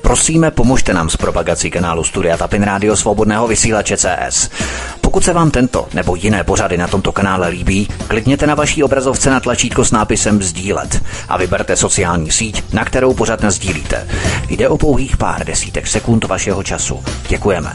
Prosíme, pomožte nám s propagací kanálu Studia Tapin Rádio Svobodného vysílače CS. Pokud se vám tento nebo jiné pořady na tomto kanále líbí, klikněte na vaší obrazovce na tlačítko s nápisem sdílet a vyberte sociální síť, na kterou pořad nasdílíte. Jde o pouhých pár desítek sekund vašeho času. Děkujeme.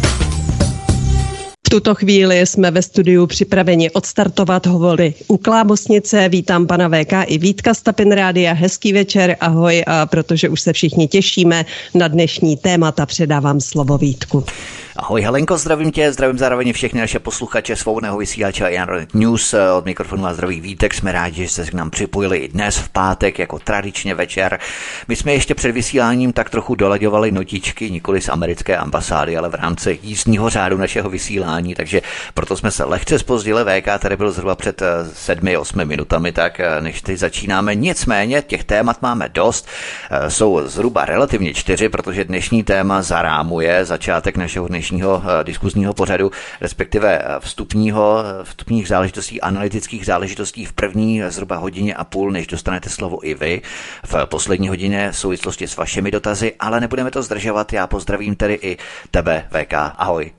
V tuto chvíli jsme ve studiu připraveni odstartovat hovory u Klábosnice. Vítám pana VK i Vítka z Tapin Rádia. Hezký večer, ahoj, a protože už se všichni těšíme na dnešní témata, předávám slovo Vítku. Ahoj Helenko, zdravím tě, zdravím zároveň všechny naše posluchače Svobodného vysílače a Ian News. Od mikrofonu a zdraví Vítek, jsme rádi, že jste se k nám připojili i dnes v pátek jako tradičně večer. My jsme ještě před vysíláním tak trochu dolaďovali notičky, nikoli z americké ambasády, ale v rámci jízdního řádu našeho vysílání, takže proto jsme se lehce zpozdili. VK tady byl zhruba před 7-8 minutami, tak než teď začínáme. Nicméně těch témat máme dost, jsou zhruba relativně 4, protože dnešní téma zarámuje začátek našeho dnešního diskuzního pořadu, respektive vstupních záležitostí, analytických záležitostí v první zhruba hodině a půl, než dostanete slovo i vy v poslední hodině v souvislosti s vašimi dotazy, ale nebudeme to zdržovat. Já pozdravím tedy i tebe, VK. Ahoj.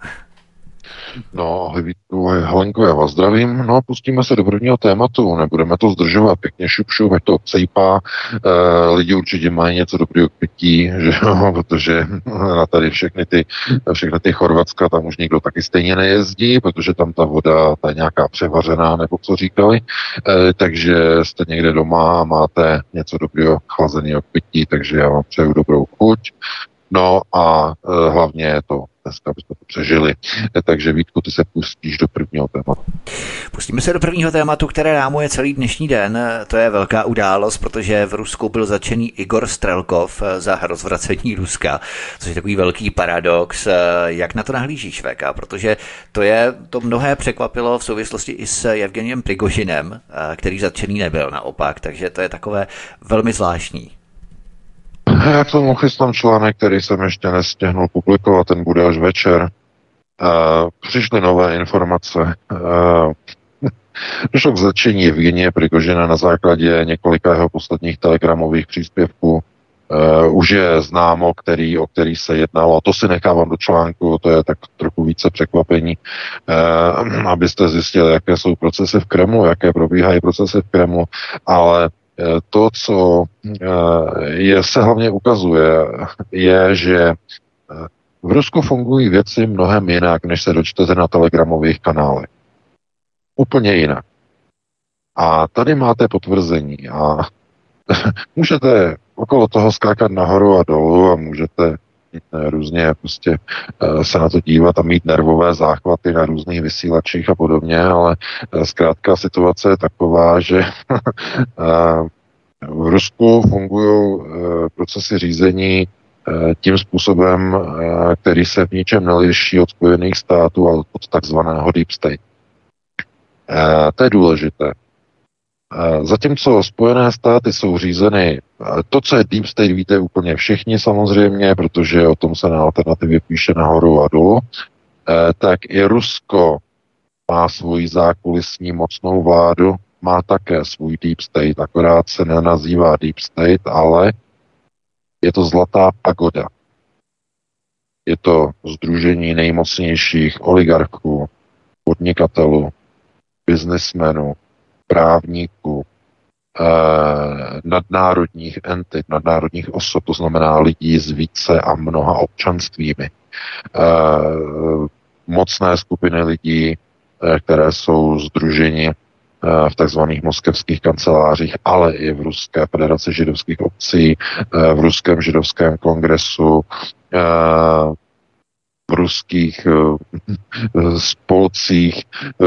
No, ahoj Vítku, Helenko, já vás zdravím. No, pustíme se do prvního tématu, nebudeme to zdržovat, pěkně šup, ať to odsejpá. Lidi určitě mají něco dobrého k pití, že jo, protože na tady všechny ty Chorvatska, tam už nikdo taky stejně nejezdí, protože tam ta voda, ta je nějaká převařená, nebo co říkali, takže jste někde doma a máte něco dobrého chlazeného k pití, takže já vám přeju dobrou chuť. No a hlavně je to dneska, abyste to přežili. Takže Vítku, ty se pustíš do prvního tématu. Pustíme se do prvního tématu, které rámuje celý dnešní den. To je velká událost, protože v Rusku byl zatčený Igor Strelkov za rozvracení Ruska, což je takový velký paradox. Jak na to nahlížíš, VK? Protože to mnohé překvapilo v souvislosti i s Jevgeniem Prigožinem, který zatčený nebyl naopak, takže to je takové velmi zvláštní. Já k tomu chystám článek, který jsem ještě nestihnul publikovat, ten bude až večer. Přišly nové informace. Došlo k zatčení Jevgenie Prigožina na základě několika jeho posledních telegramových příspěvků. Už je známo, o který se jednalo. To si nechávám do článku, to je tak trochu více překvapení, abyste zjistili, jaké jsou procesy v Kremlu, jaké probíhají procesy v Kremlu, ale to, co se hlavně ukazuje, je, že v Rusku fungují věci mnohem jinak, než se dočtete na telegramových kanálech. Úplně jinak. A tady máte potvrzení a můžete okolo toho skákat nahoru a dolů a můžete různě prostě se na to dívat a mít nervové záchvaty na různých vysílačích a podobně, ale zkrátka situace je taková, že v Rusku fungují procesy řízení tím způsobem, který se v ničem neliší od Spojených států a od takzvaného Deep State. To je důležité. Zatímco Spojené státy jsou řízeny, to, co je Deep State, víte úplně všichni samozřejmě, protože o tom se na Alternativě píše nahoru a dolů, tak i Rusko má svoji zákulisní mocnou vládu, má také svůj Deep State, akorát se nenazývá Deep State, ale je to zlatá pagoda. Je to sdružení nejmocnějších oligarchů, podnikatelů, biznesmenů, právníků, nadnárodních entit, nadnárodních osob, to znamená lidí s více a mnoha občanstvími. Mocné skupiny lidí, které jsou sdruženi v takzvaných moskevských kancelářích, ale i v Ruské federaci židovských obcí, v Ruském židovském kongresu, v ruských spolcích,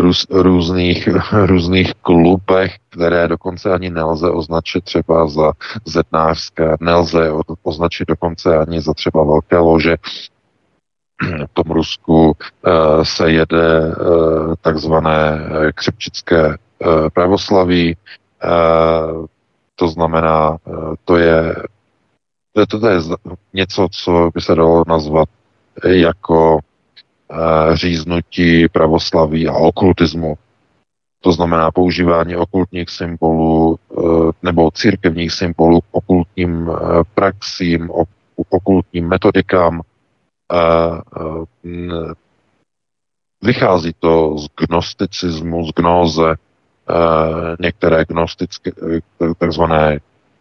různých klubech, které dokonce ani nelze označit třeba za zetnářské, nelze označit dokonce ani za třeba velké lože. V tom Rusku se jede takzvané křepčické pravoslaví, to znamená, to je něco, co by se dalo nazvat jako říznutí pravoslaví a okultismu. To znamená používání okultních symbolů nebo církevních symbolů k okultním praxím, okultním metodikám. Vychází to z gnosticismu, z gnóze, některé takzvané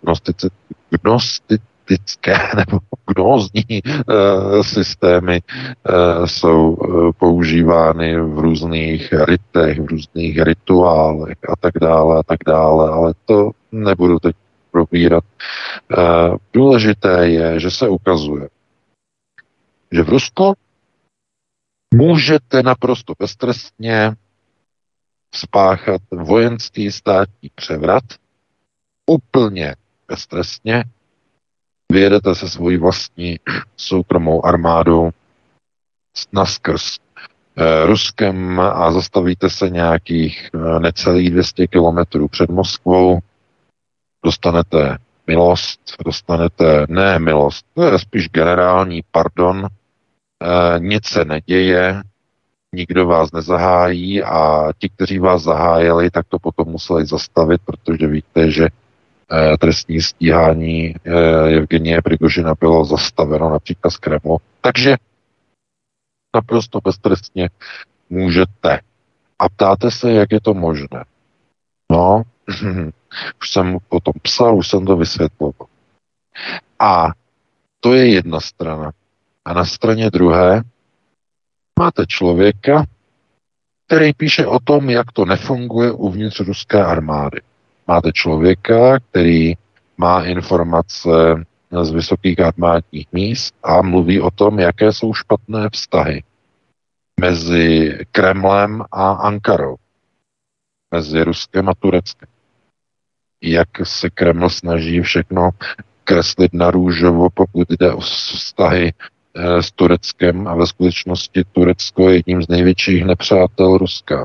gnostické nebo gnózní systémy jsou používány v různých ritech, v různých rituálech a tak dále, ale to nebudu teď probírat. Důležité je, že se ukazuje, že v Rusku můžete naprosto beztrestně spáchat vojenský státní převrat úplně beztrestně. Vyjedete se svojí vlastní soukromou armádou naskrz Ruskem a zastavíte se nějakých necelých 200 kilometrů před Moskvou. Dostanete milost, to je spíš generální pardon, nic se neděje, nikdo vás nezahájí a ti, kteří vás zahájili, tak to potom museli zastavit, protože víte, že trestní stíhání Evgenie Prigožina bylo zastaveno například z Kremlu. Takže naprosto beztrestně můžete. A ptáte se, jak je to možné. No, už jsem o tom psal, už jsem to vysvětloval. A to je jedna strana. A na straně druhé máte člověka, který píše o tom, jak to nefunguje uvnitř ruské armády. Máte člověka, který má informace z vysokých armádních míst a mluví o tom, jaké jsou špatné vztahy mezi Kremlem a Ankarou, mezi Ruskem a Tureckem. Jak se Kreml snaží všechno kreslit na růžovo, pokud jde o vztahy s Tureckem a ve skutečnosti Turecko je jedním z největších nepřátel Ruska.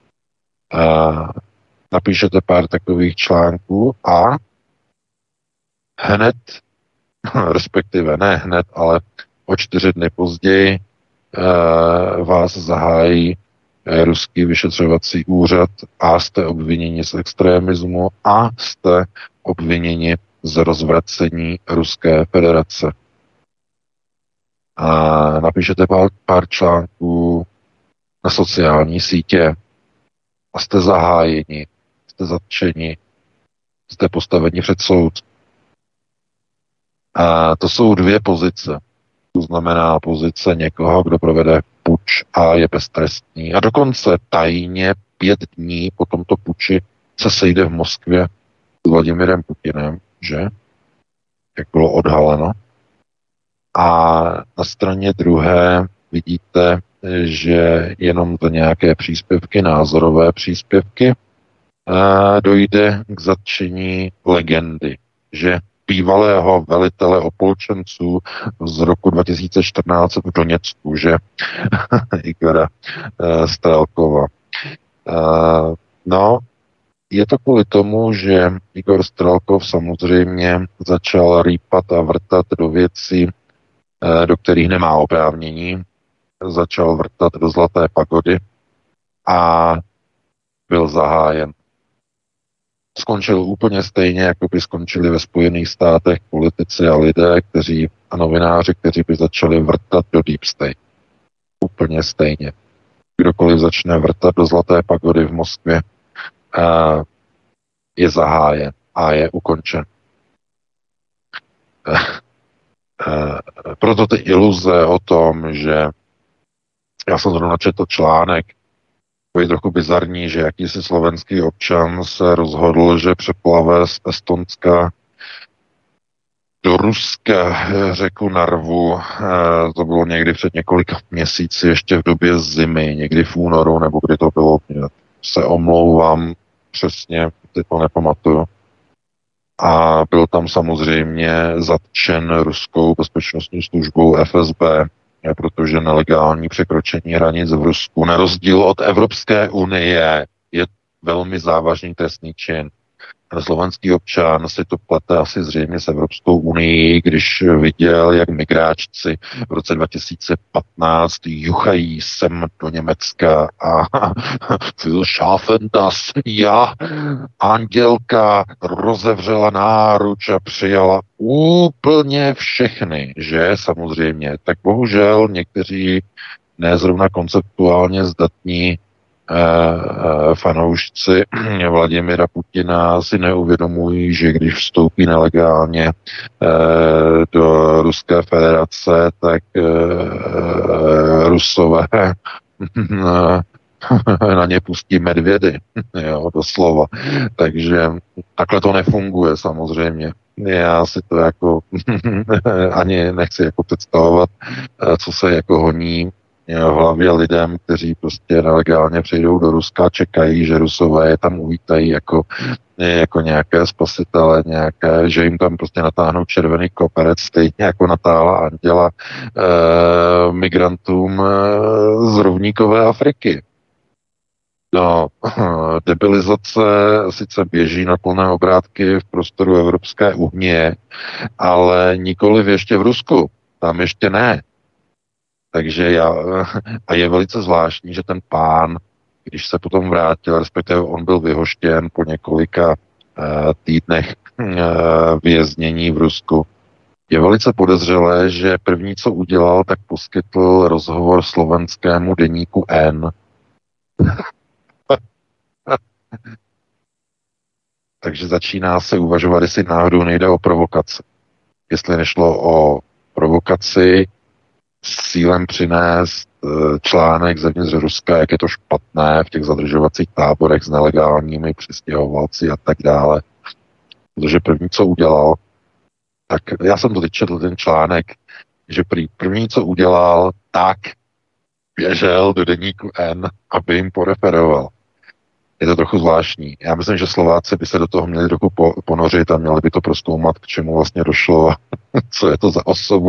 Napíšete pár takových článků a hned, respektive ne hned, ale o 4 dny později vás zahájí ruský vyšetřovací úřad a jste obviněni z extremismu a jste obviněni z rozvracení Ruské federace. A napíšete pár článků na sociální sítě a jste zahájeni, jste zatčeni, jste postaveni před soud. A to jsou 2 pozice. To znamená pozice někoho, kdo provede puč a je beztrestný. A dokonce tajně 5 dní po tomto puči se sejde v Moskvě s Vladimirem Putinem, že? Jak bylo odhaleno. A na straně druhé vidíte, že jenom za nějaké příspěvky, názorové příspěvky, dojde k zatčení legendy, že bývalého velitele opolčenců z roku 2014 v Doněcku, že Igora Strelkova. No, je to kvůli tomu, že Igor Strelkov samozřejmě začal rýpat a vrtat do věcí, do kterých nemá oprávnění. Začal vrtat do Zlaté pagody a byl zahájen. Skončil úplně stejně, jako by skončili ve Spojených státech politici a lidé, a novináři, kteří by začali vrtat do Deep State. Úplně stejně. Kdokoliv začne vrtat do Zlaté pagody v Moskvě, je zahájen a je ukončen. Proto ty iluze o tom, že já jsem zrovna četl článek, je trochu bizarní, že jakýsi slovenský občan se rozhodl, že přeplave z Estonska do Ruska řeku Narvu. To bylo někdy před několika měsíci, ještě v době zimy, někdy v únoru, nebo kdy to bylo, se omlouvám přesně, teď to nepamatuju. A byl tam samozřejmě zatčen ruskou bezpečnostní službou FSB, protože nelegální překročení hranic v Rusku, na rozdíl od Evropské unie, je velmi závažný trestný čin. slovenský občan si to plete asi zřejmě s Evropskou unii, když viděl, jak migráčci v roce 2015 juchají sem do Německa a will schaffen das, ja, Andělka rozevřela náruč a přijala úplně všechny, že samozřejmě. Tak bohužel někteří nezrovna konceptuálně zdatní fanoušci Vladimira Putina si neuvědomují, že když vstoupí nelegálně do Ruské federace, tak Rusové na ně pustí medvědy, jo, doslova. Takže takhle to nefunguje samozřejmě. Já si to jako ani nechci jako představovat, co se jako honí v hlavě lidem, kteří prostě nelegálně přijdou do Ruska, čekají, že Rusové je tam uvítají jako nějaké spasitele, že jim tam prostě natáhnou červený koperec, stejně jako natáhla Anděla migrantům z rovníkové Afriky. No, debilizace sice běží na plné obrátky v prostoru Evropské unie, ale nikoliv ještě v Rusku. Tam ještě ne. Takže a je velice zvláštní, že ten pán, když se potom vrátil, respektive on byl vyhoštěn po několika týdnech věznění v Rusku, je velice podezřelé, že první, co udělal, tak poskytl rozhovor slovenskému deníku N. Takže začíná se uvažovat, jestli náhodou nejde o provokaci. Jestli nešlo o provokaci s cílem přinést článek zevnitř Ruska, jak je to špatné v těch zadržovacích táborech s nelegálními přistěhovalci a tak dále. Protože první, co udělal, tak já jsem to teď četl, ten článek, že první, co udělal, tak běžel do deníku N, aby jim poreferoval. Je to trochu zvláštní. Já myslím, že Slováci by se do toho měli trochu ponořit a měli by to prozkoumat, k čemu vlastně došlo a co je to za osobu,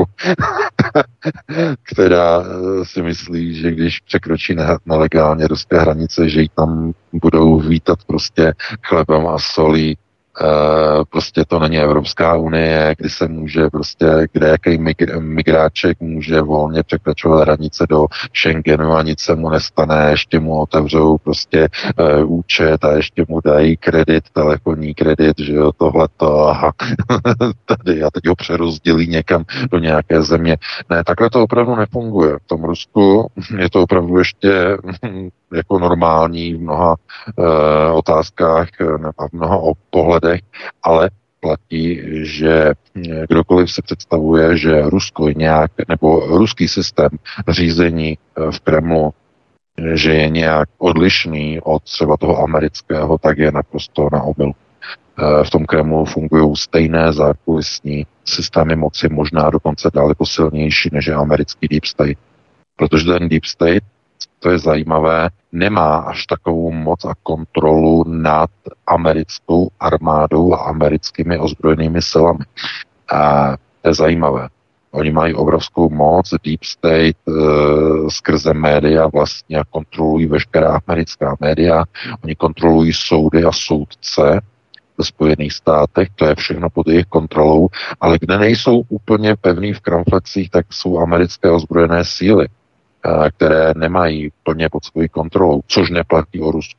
která si myslí, že když překročí nelegálně ruské hranice, že ji tam budou vítat prostě chlebem a solí. Prostě to není Evropská unie, kdy se může prostě, kde jaký migráček může volně překračovat hranice do Schengenu a nic se mu nestane, ještě mu otevřou prostě účet a ještě mu dají kredit, telefonní kredit, že jo, tohleto a tady a teď ho přerozdělí někam do nějaké země. Ne, takhle to opravdu nefunguje. V tom Rusku je to opravdu ještě jako normální v mnoha otázkách a v mnoha pohledech, ale platí, že kdokoliv si představuje, že Rusko je nějak, nebo ruský systém řízení v Kremlu, že je nějak odlišný od třeba toho amerického, tak je naprosto na omyl. V tom Kremlu fungují stejné zákulisní systémy moci, možná dokonce daleko silnější než je americký Deep State. Protože ten Deep State, to je zajímavé, nemá až takovou moc a kontrolu nad americkou armádou a americkými ozbrojenými silami. A to je zajímavé. Oni mají obrovskou moc, Deep State skrze média vlastně kontrolují veškerá americká média, oni kontrolují soudy a soudce ve Spojených státech, to je všechno pod jejich kontrolou, ale kde nejsou úplně pevný v kramflecích, tak jsou americké ozbrojené síly, které nemají plně pod svojí kontrolou, což neplatí o Rusku.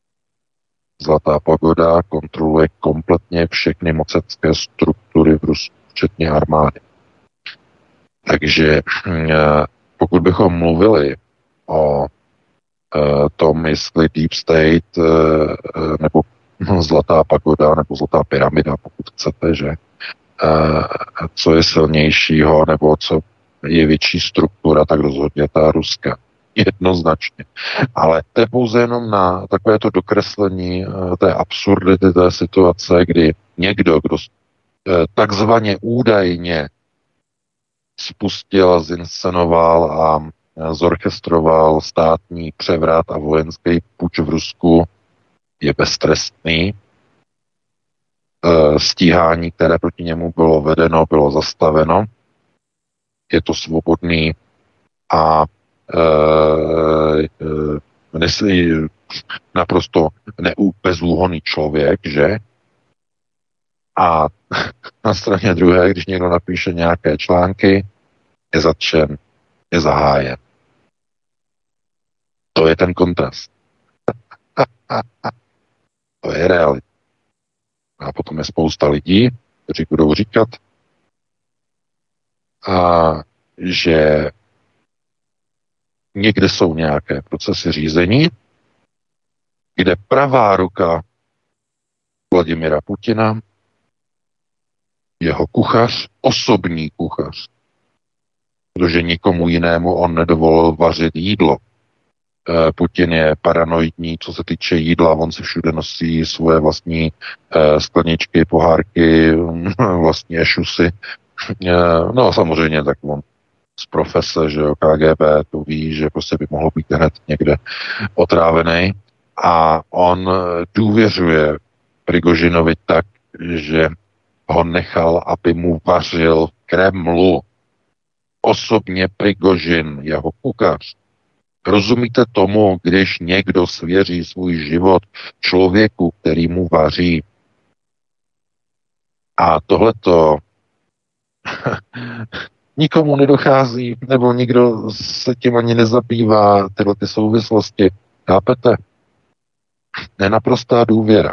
Zlatá pagoda kontroluje kompletně všechny mocenské struktury v Rusku, včetně armády. Takže pokud bychom mluvili o tom, jestli Deep State nebo Zlatá pagoda nebo Zlatá pyramida, pokud chcete, že co je silnějšího nebo co je větší struktura, tak rozhodně ta ruská. Jednoznačně. Ale to je pouze jenom na takovéto dokreslení té absurdity té situace, kdy někdo, kdo takzvaně údajně spustil, zinscenoval a zorchestroval státní převrat a vojenský puč v Rusku, je beztrestný. Stíhání, které proti němu bylo vedeno, bylo zastaveno. Je to svobodný a naprosto bezúhonný člověk, že? A na straně druhé, když někdo napíše nějaké články, je zatčen, je zahájen. To je ten kontrast. To je realita. A potom je spousta lidí, kteří budou říkat, že někde jsou nějaké procesy řízení, kde pravá ruka Vladimira Putina, jeho kuchař, osobní kuchař, protože nikomu jinému on nedovolil vařit jídlo. Putin je paranoidní, co se týče jídla, on si všude nosí svoje vlastní skleničky, pohárky, vlastní ešusy. No samozřejmě, tak on z profese, že jo, KGB, to ví, že prostě by mohlo být hned někde otrávený. A on důvěřuje Prigožinovi tak, že ho nechal, aby mu vařil v Kremlu. Osobně Prigožin, jeho kuchař. Rozumíte tomu, když někdo svěří svůj život člověku, který mu vaří? A tohleto nikomu nedochází, nebo nikdo se tím ani nezabývá, tyhle ty souvislosti. Chápete? Nenaprostá důvěra.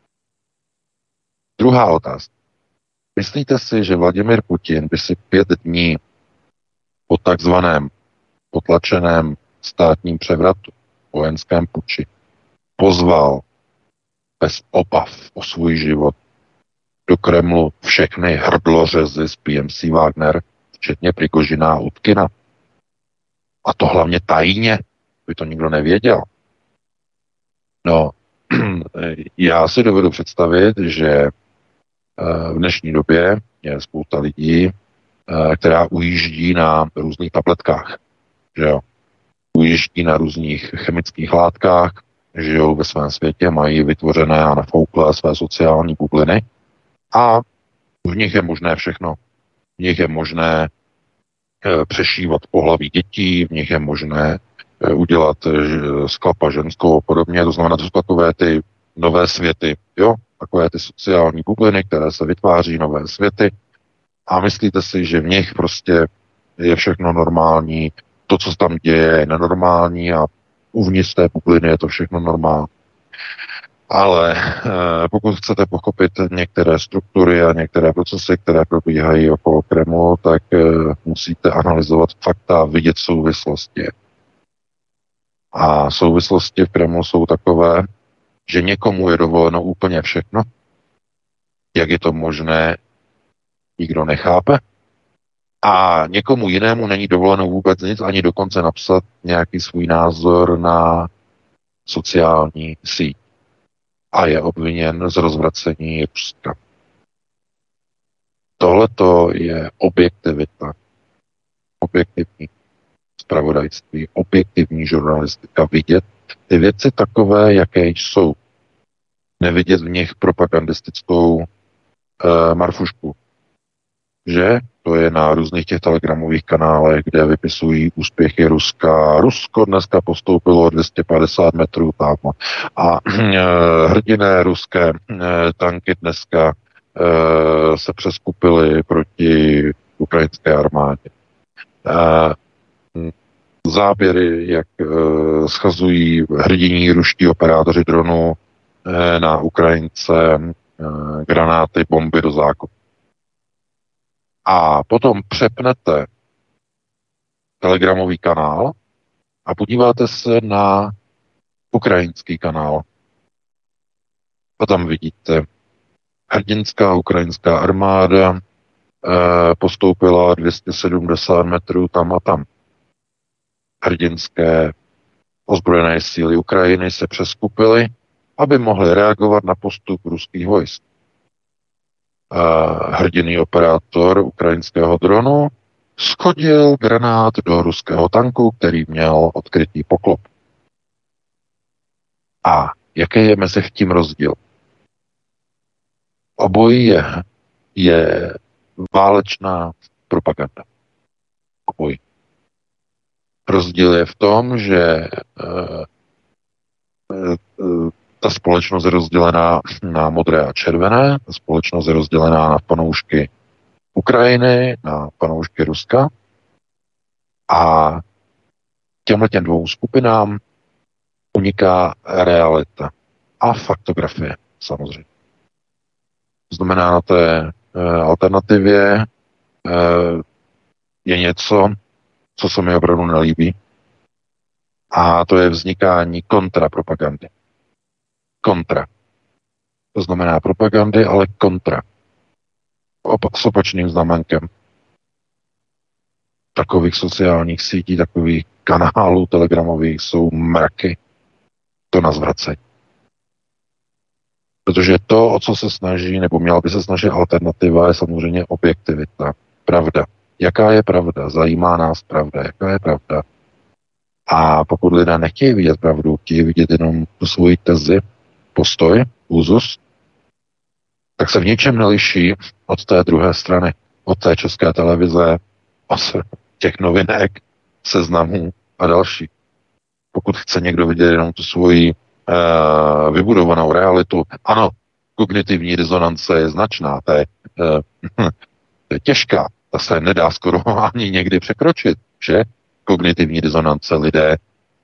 Druhá otázka. Myslíte si, že Vladimir Putin by si 5 dní po takzvaném potlačeném státním převratu, vojenském puči, pozval bez obav o svůj život do Kremlu všechny hrdlořezy z PMC Wagner, včetně Prigožina a Utkina? A to hlavně tajně, by to nikdo nevěděl. No, já si dovedu představit, že v dnešní době je spousta lidí, která ujíždí na různých tabletkách, že jo. Ujíždí na různých chemických látkách, žijou ve svém světě, mají vytvořené a nafouklé své sociální bubliny a v nich je možné všechno. V nich je možné přešívat pohlaví dětí, v nich je možné udělat z chlapa ženskou a podobně. To znamená, to jsou takové ty nové světy, jo? Takové ty sociální bubliny, které se vytváří, nové světy. A myslíte si, že v nich prostě je všechno normální, to, co se tam děje, je nenormální a uvnitř té bubliny je to všechno normální. Ale pokud chcete pochopit některé struktury a některé procesy, které probíhají okolo Kremlu, tak musíte analyzovat fakta, vidět souvislosti. A souvislosti v Kremlu jsou takové, že někomu je dovoleno úplně všechno. Jak je to možné, nikdo nechápe. A někomu jinému není dovoleno vůbec nic, ani dokonce napsat nějaký svůj názor na sociální síť. A je obviněn z rozvracení Ruska. Tohleto je objektivita. Objektivní zpravodajství, objektivní žurnalistika. Vidět ty věci takové, jaké jsou. Nevidět v nich propagandistickou marfušku. Že to je na různých těch telegramových kanálech, kde vypisují úspěchy Ruska. Rusko dneska postoupilo 250 metrů tam a hrdinné ruské tanky dneska se přeskupily proti ukrajinské armádě. Záběry, jak schazují hrdiní ruští operátoři dronů na Ukrajince granáty, bomby do zákopů. A potom přepnete telegramový kanál a podíváte se na ukrajinský kanál. A tam vidíte, hrdinská ukrajinská armáda postoupila 270 metrů tam a tam. Hrdinské ozbrojené síly Ukrajiny se přeskupily, aby mohly reagovat na postup ruských vojsk. Hrdinný operátor ukrajinského dronu shodil granát do ruského tanku, který měl odkrytý poklop. A jaký je mezi tím rozdíl? Obojí je válečná propaganda. Obojí. Rozdíl je v tom, že Ta společnost je rozdělená na modré a červené, ta společnost je rozdělená na fanoušky Ukrajiny, na fanoušky Ruska a těmhle dvou skupinám uniká realita a faktografie samozřejmě. To znamená, na té alternativě je něco, co se mi opravdu nelíbí, a to je vznikání kontrapropagandy. Kontra. To znamená propagandy, ale kontra. S opačným znamenkem. Takových sociálních sítí, takových kanálů telegramových jsou mraky. To nás vracejí. Protože to, o co se snaží, nebo měla by se snažit alternativa, je samozřejmě objektivita. Pravda. Jaká je pravda? Zajímá nás pravda. Jaká je pravda? A pokud lidé nechtějí vidět pravdu, chtějí vidět jenom tu svoji tezi, postoj, úzus, tak se v něčem neliší od té druhé strany, od té České televize, od těch novinek, Seznamů a další. Pokud chce někdo vidět jenom tu svoji vybudovanou realitu, ano, kognitivní disonance je značná, to je těžká, ta se nedá skoro ani někdy překročit, že? Kognitivní disonance, lidé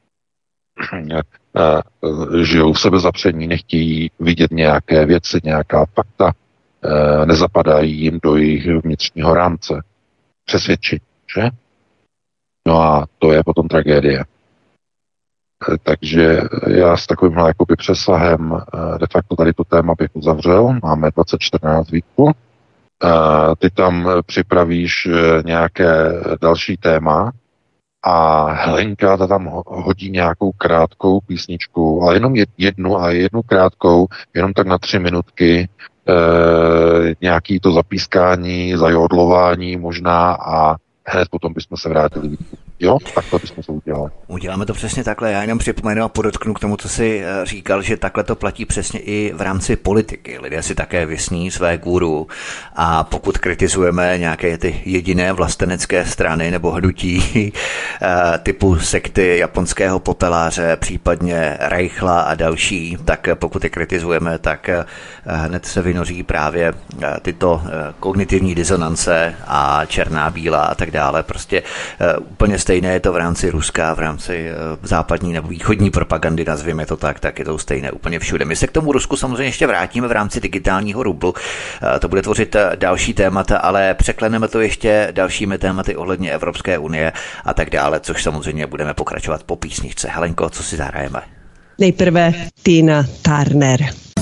žijou v sebezapření, nechtějí vidět nějaké věci, nějaká fakta, nezapadají jim do jejich vnitřního rámce. Přesvědčit, že? No a to je potom tragédie. Takže já s takovýmhle jakoby přesahem de facto tady to téma bych uzavřel. Máme 2014 Vítku. Ty tam připravíš nějaké další téma a Helenka ta tam hodí nějakou krátkou písničku, ale jenom jednu krátkou, jenom tak na 3 minutky, nějaký to zapískání, zajodlování možná a hned potom bychom se vrátili. Jo, takhle bychom to udělali. Uděláme to přesně takhle. Já jenom připomenu a podotknu k tomu, co jsi říkal, že takhle to platí přesně i v rámci politiky. Lidé si také vysní své guru a pokud kritizujeme nějaké ty jediné vlastenecké strany nebo hnutí typu sekty japonského popeláře, případně Reichla a další, tak pokud je kritizujeme, tak hned se vynoří právě tyto kognitivní disonance a černá, bílá a tak dále. Prostě úplně stejné je to v rámci Ruska, v rámci západní nebo východní propagandy, nazvěme to tak je to stejné úplně všude. My se k tomu Rusku samozřejmě ještě vrátíme v rámci digitálního rublu. To bude tvořit další témata, ale překleneme to ještě dalšími tématy ohledně Evropské unie a tak dále, což samozřejmě budeme pokračovat po písničce. Helenko, co si zahrajeme? Nejprve Tina Turner.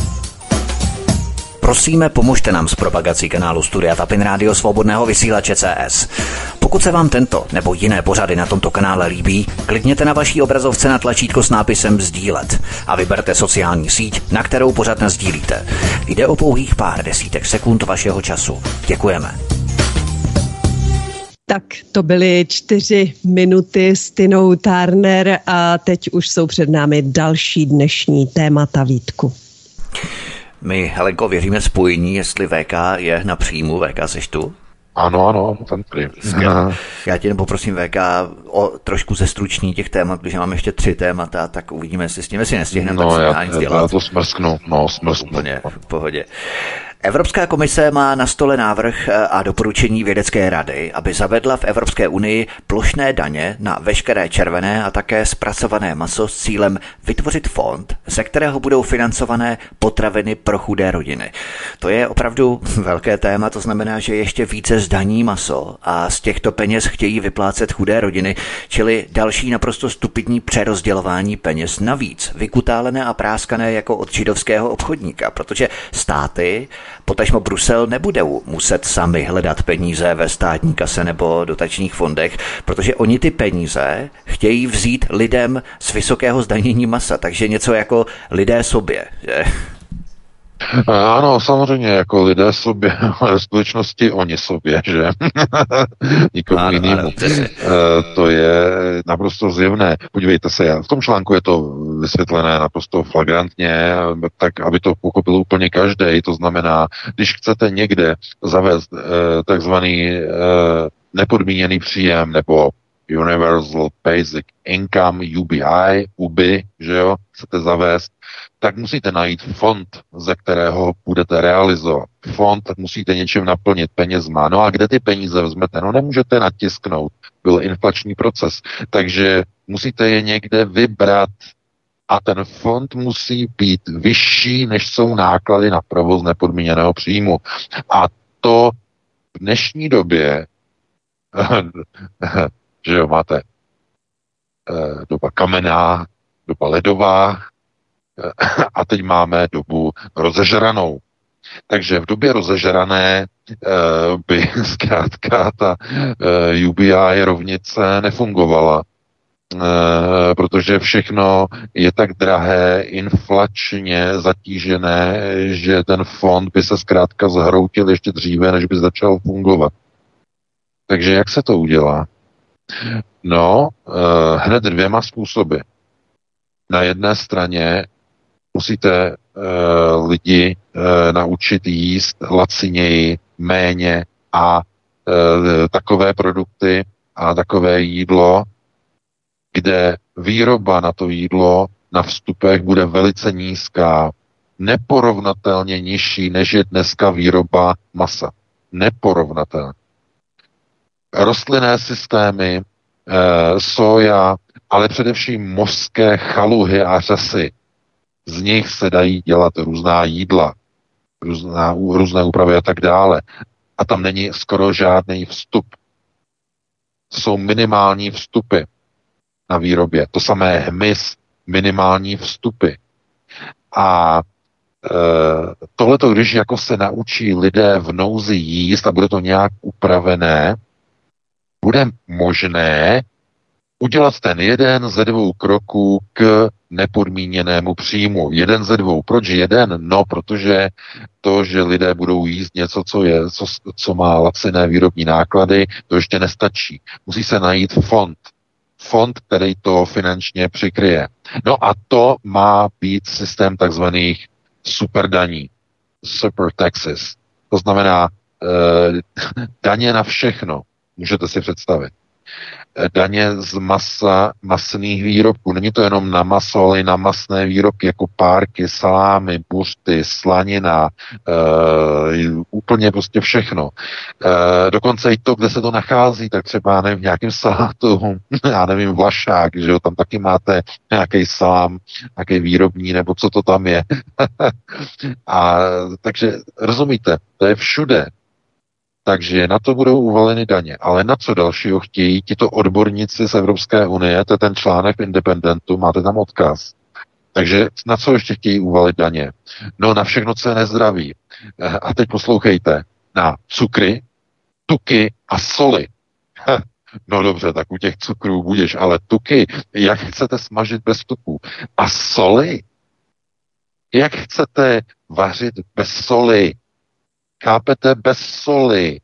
Prosíme, pomožte nám s propagací kanálu Studia Tapin Rádio Svobodného vysílače CS. Pokud se vám tento nebo jiné pořady na tomto kanále líbí, klikněte na vaší obrazovce na tlačítko s nápisem sdílet a vyberte sociální síť, na kterou pořad nasdílíte. Jde o pouhých pár desítek sekund vašeho času. Děkujeme. Tak to byly 4 minuty s Tinou Turner a teď už jsou před námi další dnešní témata, Vítku. My, Helenko, věříme spojení, jestli VK je na příjmu. VK, seš tu? Ano, ten prý. Já tě poprosím, VK, o trošku zestručnění těch témat, protože máme ještě 3 témata, tak uvidíme, jestli s tím nestihneme, tak se dá nic dělat. Já to smrsknu. Úplně v pohodě. Evropská komise má na stole návrh a doporučení vědecké rady, aby zavedla v Evropské unii plošné daně na veškeré červené a také zpracované maso s cílem vytvořit fond, ze kterého budou financované potraviny pro chudé rodiny. To je opravdu velké téma, to znamená, že ještě více zdaní maso a z těchto peněz chtějí vyplácet chudé rodiny, čili další naprosto stupidní přerozdělování peněz navíc, vykutálené a práskané jako od židovského obchodníka, protože státy potažmo Brusel nebudou muset sami hledat peníze ve státní kase nebo dotačních fondech, protože oni ty peníze chtějí vzít lidem z vysokého zdanění masa, takže něco jako lidé sobě, že? Ano, samozřejmě, jako lidé sobě, ale v skutečnosti oni sobě, že? Nikomu jinému. To je naprosto zjevné. Podívejte se, v tom článku je to vysvětlené naprosto flagrantně, tak aby to pochopil úplně každý. To znamená, když chcete někde zavést takzvaný nepodmíněný příjem nebo Universal Basic Income, UBI, že jo, chcete zavést, tak musíte najít fond, ze kterého budete realizovat. Fond musíte něčím naplnit penězma. No a kde ty peníze vezmete? No nemůžete natisknout. Byl inflační proces. Takže musíte je někde vybrat a ten fond musí být vyšší, než jsou náklady na provoz nepodmíněného příjmu. A to v dnešní době, že jo, máte doba kamenná, doba ledová a teď máme dobu rozežranou. Takže v době rozežrané by zkrátka ta UBI rovnice nefungovala, protože všechno je tak drahé, inflačně zatížené, že ten fond by se zkrátka zhroutil ještě dříve, než by začal fungovat. Takže jak se to udělá? No, hned dvěma způsoby. Na jedné straně musíte lidi naučit jíst laciněji, méně a takové produkty a takové jídlo, kde výroba na to jídlo na vstupech bude velice nízká, neporovnatelně nižší, než je dneska výroba masa. Neporovnatelně. Rostlinné systémy, soja, ale především mořské chaluhy a řasy. Z nich se dají dělat různá jídla, různé úpravy a tak dále. A tam není skoro žádný vstup. Jsou minimální vstupy na výrobě. To samé hmyz, minimální vstupy. A tohleto, když jako se naučí lidé v nouzi jíst a bude to nějak upravené, bude možné udělat ten jeden ze dvou kroků k nepodmíněnému příjmu. Jeden ze dvou. Proč jeden? No, protože to, že lidé budou jíst něco, co má laciné výrobní náklady, to ještě nestačí. Musí se najít fond. Fond, který to finančně přikryje. No a to má být systém takzvaných superdaní. Super taxes. To znamená daně na všechno. Můžete si představit. Daně z masa, masných výrobků. Není to jenom na maso, ale i na masné výrobky, jako párky, salámy, buřty, slanina, úplně prostě všechno. Dokonce i to, kde se to nachází, tak třeba, nevím, v nějakém salátu, já nevím, vlašák, že jo, tam taky máte nějaký salám, nějaký výrobní, nebo co to tam je. A takže, rozumíte, to je všude. Takže na to budou uvaleny daně. Ale na co dalšího chtějí tito odborníci z Evropské unie, to je ten článek v Independentu, máte tam odkaz. Takže na co ještě chtějí uvalit daně? No na všechno, co je nezdraví. A teď poslouchejte. Na cukry, tuky a soli. No dobře, tak u těch cukrů budeš, ale tuky, jak chcete smažit bez tuků? A soli? Jak chcete vařit bez soli? Chápete? Bez soli.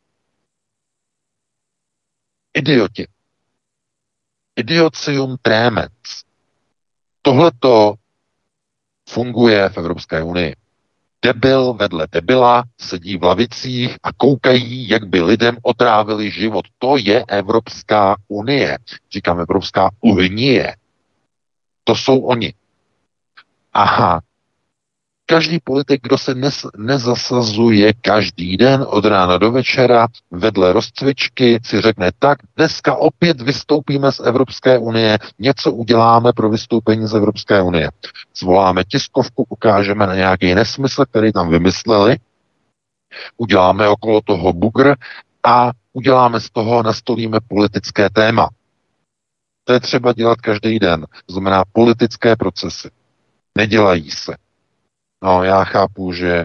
Idioti. Idiocium tremens. Tohleto funguje v Evropské unii. Debil vedle debila sedí v lavicích a koukají, jak by lidem otrávili život. To je Evropská unie. Říkám Evropská unie. To jsou oni. Aha. Každý politik, kdo se nezasazuje každý den od rána do večera vedle rozcvičky, si řekne tak, dneska opět vystoupíme z Evropské unie, něco uděláme pro vystoupení z Evropské unie. Zvoláme tiskovku, ukážeme na nějaký nesmysl, který tam vymysleli, uděláme okolo toho bugr a uděláme z toho, nastolíme politické téma. To je třeba dělat každý den. To znamená politické procesy. Nedělají se. No, já chápu, že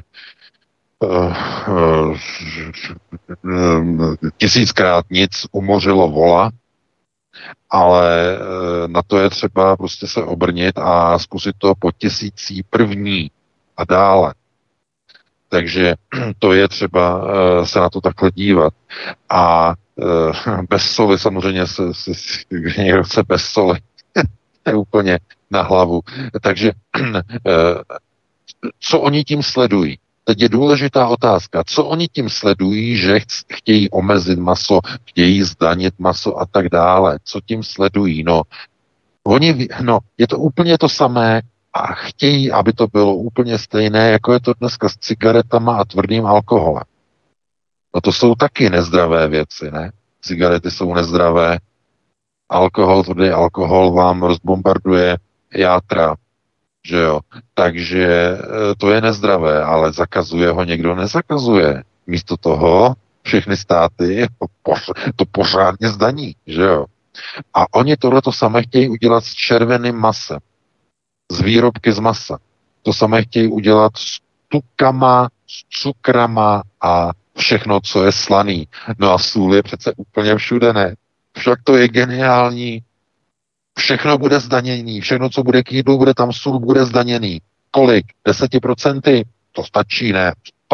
tisíckrát nic umořilo vola, ale na to je třeba prostě se obrnit a zkusit to po 1001. a dále. Takže to je třeba se na to takhle dívat. A bez soli samozřejmě někdo chce bez soli. To je úplně na hlavu. Takže co oni tím sledují? Teď je důležitá otázka, co oni tím sledují, že chtějí omezit maso, chtějí zdanit maso a tak dále. Co tím sledují? Je to úplně to samé a chtějí, aby to bylo úplně stejné, jako je to dneska s cigaretama a tvrdým alkoholem. No to jsou taky nezdravé věci, ne? Cigarety jsou nezdravé, tvrdý alkohol vám rozbombarduje játra, že jo? Takže to je nezdravé, ale zakazuje ho někdo? Nezakazuje. Místo toho všechny státy to pořádně zdaní, že jo? A oni tohleto samé chtějí udělat s červeným masem, z výrobky z masa. To samé chtějí udělat s tukama, s cukrama a všechno, co je slaný. No a sůl je přece úplně všude, ne? Však to je geniální. Všechno bude zdaněný, všechno, co bude k jídlu, bude tam sůl, bude zdaněný. Kolik? 10%? To stačí, ne?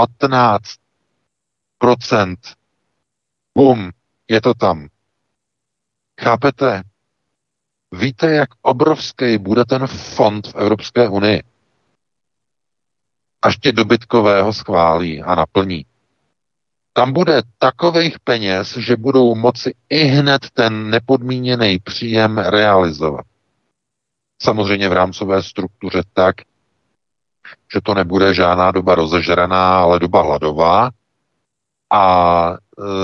15%. Bum, je to tam. Chápete? Víte, jak obrovský bude ten fond v Evropské unii? Až tě dobytkového schválí a naplní. Tam bude takových peněz, že budou moci i hned ten nepodmíněný příjem realizovat. Samozřejmě v rámcové struktuře tak, že to nebude žádná doba rozežraná, ale doba hladová a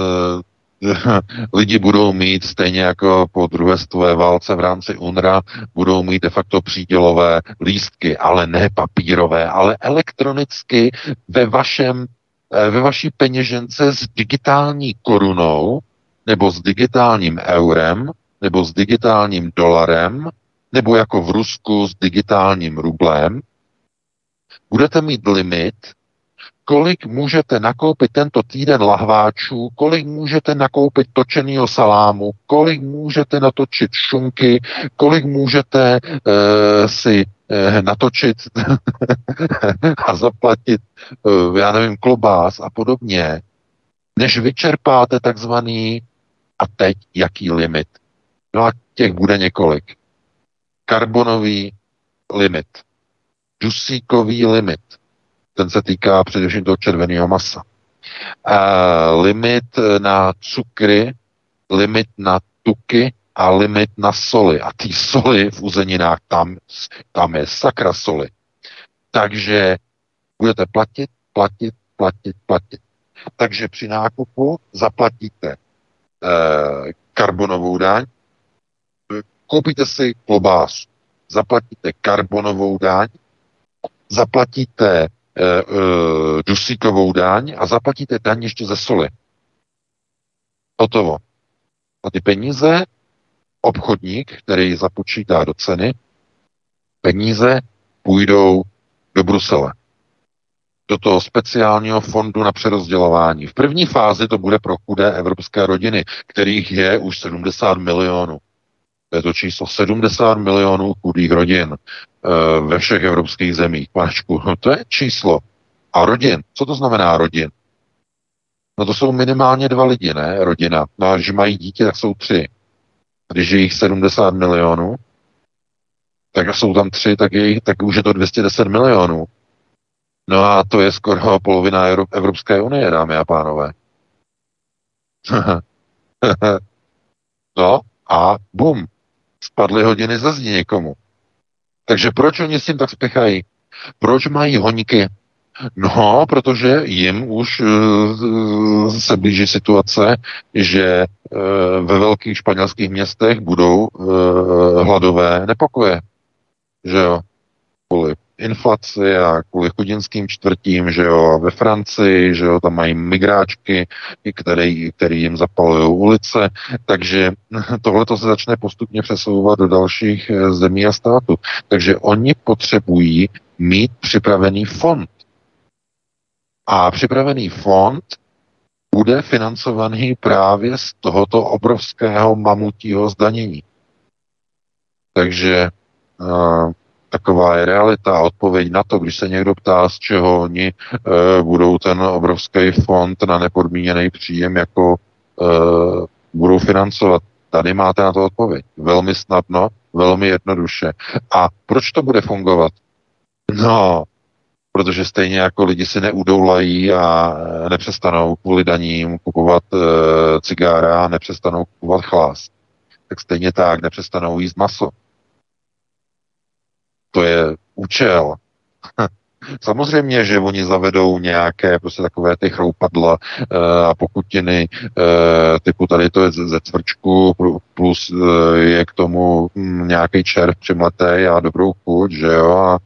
lidi budou mít, stejně jako po druhé světové válce v rámci UNRWA, budou mít de facto přídělové lístky, ale ne papírové, ale elektronicky ve vaší peněžence s digitální korunou, nebo s digitálním eurem, nebo s digitálním dolarem, nebo jako v Rusku s digitálním rublem. Budete mít limit, kolik můžete nakoupit tento týden lahváčů, kolik můžete nakoupit točenýho salámu, kolik můžete natočit šunky, kolik můžete si natočit a zaplatit, já nevím, klobás a podobně, než vyčerpáte takzvaný, a teď jaký limit. No a těch bude několik. Karbonový limit, dusíkový limit, ten se týká především toho červeného masa. Limit na cukry, limit na tuky a limit na soli. A ty soli v uzeninách, tam je sakra soli. Takže budete platit. Takže při nákupu zaplatíte karbonovou daň, koupíte si klobásu, zaplatíte karbonovou daň, zaplatíte dusíkovou daň a zaplatíte daň ještě ze soli. Hotovo. A ty peníze obchodník, který započítá do ceny, peníze půjdou do Brusele. Do toho speciálního fondu na přerozdělování. V první fázi to bude pro chudé evropské rodiny, kterých je už 70 milionů. To je to číslo 70 milionů chudých rodin ve všech evropských zemích. Páčku, no to je číslo. A rodin. Co to znamená rodin? No to jsou minimálně 2 lidi, ne? Rodina. No a když mají dítě, tak jsou 3. Když je jich 70 milionů, tak jsou tam 3, tak už je to 210 milionů. No a to je skoro polovina Evropské unie, dámy a pánové. No a bum, spadly hodiny ze zdi někomu. Takže proč oni s tím tak spěchají? Proč mají hoňky? No, protože jim už se blíží situace, že ve velkých španělských městech budou hladové nepokoje. Že jo? Kvůli inflaci a kvůli chudinským čtvrtím, že jo, a ve Francii, že jo, tam mají migráčky, který jim zapalují ulice, takže tohleto se začne postupně přesouvat do dalších zemí a států. Takže oni potřebují mít připravený fond. A připravený fond bude financovaný právě z tohoto obrovského mamutího zdanění. Takže taková je realita. Odpověď na to, když se někdo ptá, z čeho oni budou ten obrovský fond na nepodmíněný příjem jako budou financovat. Tady máte na to odpověď. Velmi snadno, velmi jednoduše. A proč to bude fungovat? No, protože stejně jako lidi si neudoulají a nepřestanou kvůli daním kupovat cigára a nepřestanou kupovat chlás, tak stejně tak nepřestanou jíst maso. To je účel. Samozřejmě, že oni zavedou nějaké prostě takové ty chroupadla a pokutiny typu tady to je ze cvrčku plus je k tomu nějaký červ přimletej a dobrou chuť, že jo, a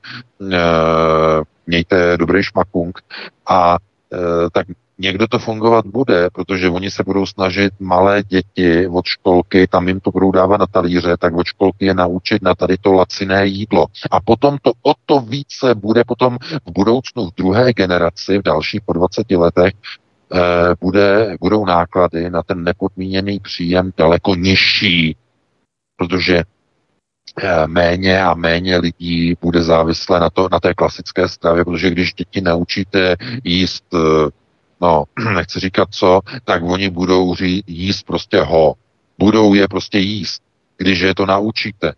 mějte dobrý šmakung a tak někdo to fungovat bude, protože oni se budou snažit malé děti od školky, tam jim to budou dávat na talíře, tak od školky je naučit na tady to laciné jídlo. A potom to o to více bude potom v budoucnu v druhé generaci, v dalších po 20 letech, budou náklady na ten nepodmíněný příjem daleko nižší, protože méně a méně lidí bude závislé na té klasické stravě, protože když děti naučíte jíst no, nechci říkat co, tak oni budou jíst prostě budou je prostě jíst, když je to naučíte.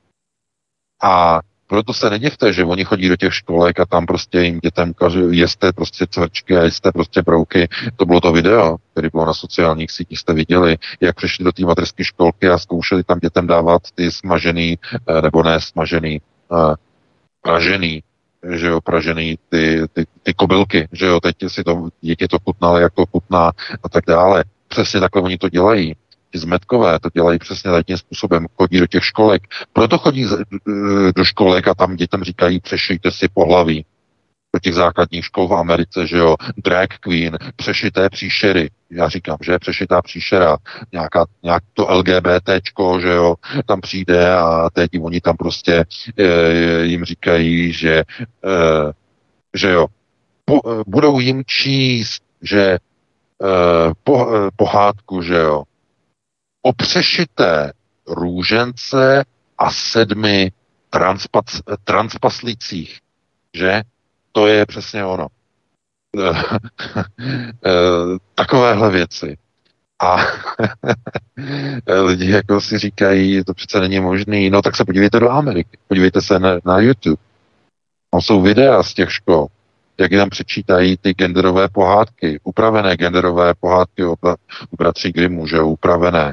A proto se nedivte, že oni chodí do těch školek a tam prostě jim dětem jeste prostě cvrčky a jeste prostě brouky. To bylo to video, které bylo na sociálních sítích, jste viděli, jak přišli do té mateřské školky a zkoušeli tam dětem dávat ty smažený, nebo ne smažený, pražený, že jo, pražený ty kobylky, že jo, teď si to děti to chutnali, jak to chutná a tak dále. Přesně takhle oni to dělají. Ti zmetkové to dělají přesně tím způsobem, chodí do těch školek. Proto chodí do školek a tam dětem říkají, přešijte si pohlaví. Do těch základních škol v Americe, že jo, drag queen, přešité příšery. Já říkám, že přešitá příšera, nějak to LGBTčko, že jo, tam přijde a teď oni tam prostě jim říkají, že jo, budou jim číst, že pohádku, že jo, o přešité růžence a 7 transpaslících, že? To je přesně ono. Takovéhle věci. A lidi jako si říkají, to přece není možný, no tak se podívejte do Ameriky, podívejte se na YouTube. Tam jsou videa z těch škol, jak tam přečítají ty genderové pohádky, upravené genderové pohádky o bratří Grimmů, že jo, upravené.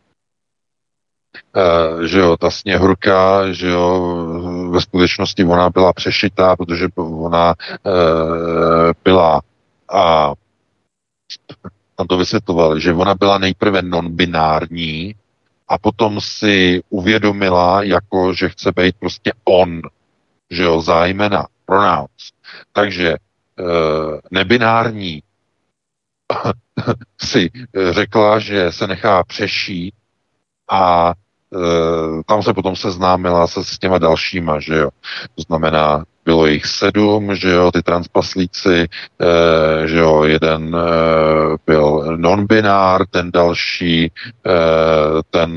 Že jo, ta Sněhurka, že jo, ve skutečnosti ona byla přešitá, protože ona byla a tam to vysvětlovali, že ona byla nejprve non-binární a potom si uvědomila, jako, že chce být prostě on, že jo, zájmena, pronouns. Takže nebinární si řekla, že se nechá přešít a tam se potom seznámila se s těma dalšíma, že jo. To znamená, bylo jich 7, že jo, ty transpaslíci, že jo, jeden byl non-binár, ten další, ten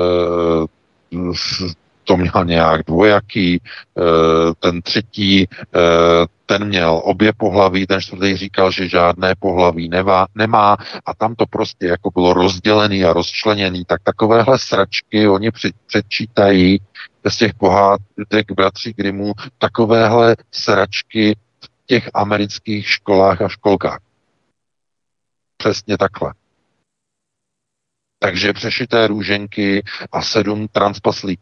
to měl nějak dvojaký, ten třetí, ten měl obě pohlaví, ten čtvrtý říkal, že žádné pohlaví nemá a tam to prostě jako bylo rozdělený a rozčleněný, tak takovéhle sračky oni předčítají z těch pohádek bratří Grimmů, takovéhle sračky v těch amerických školách a školkách. Přesně takhle. Takže přešité růženky a 7 transpaslíků.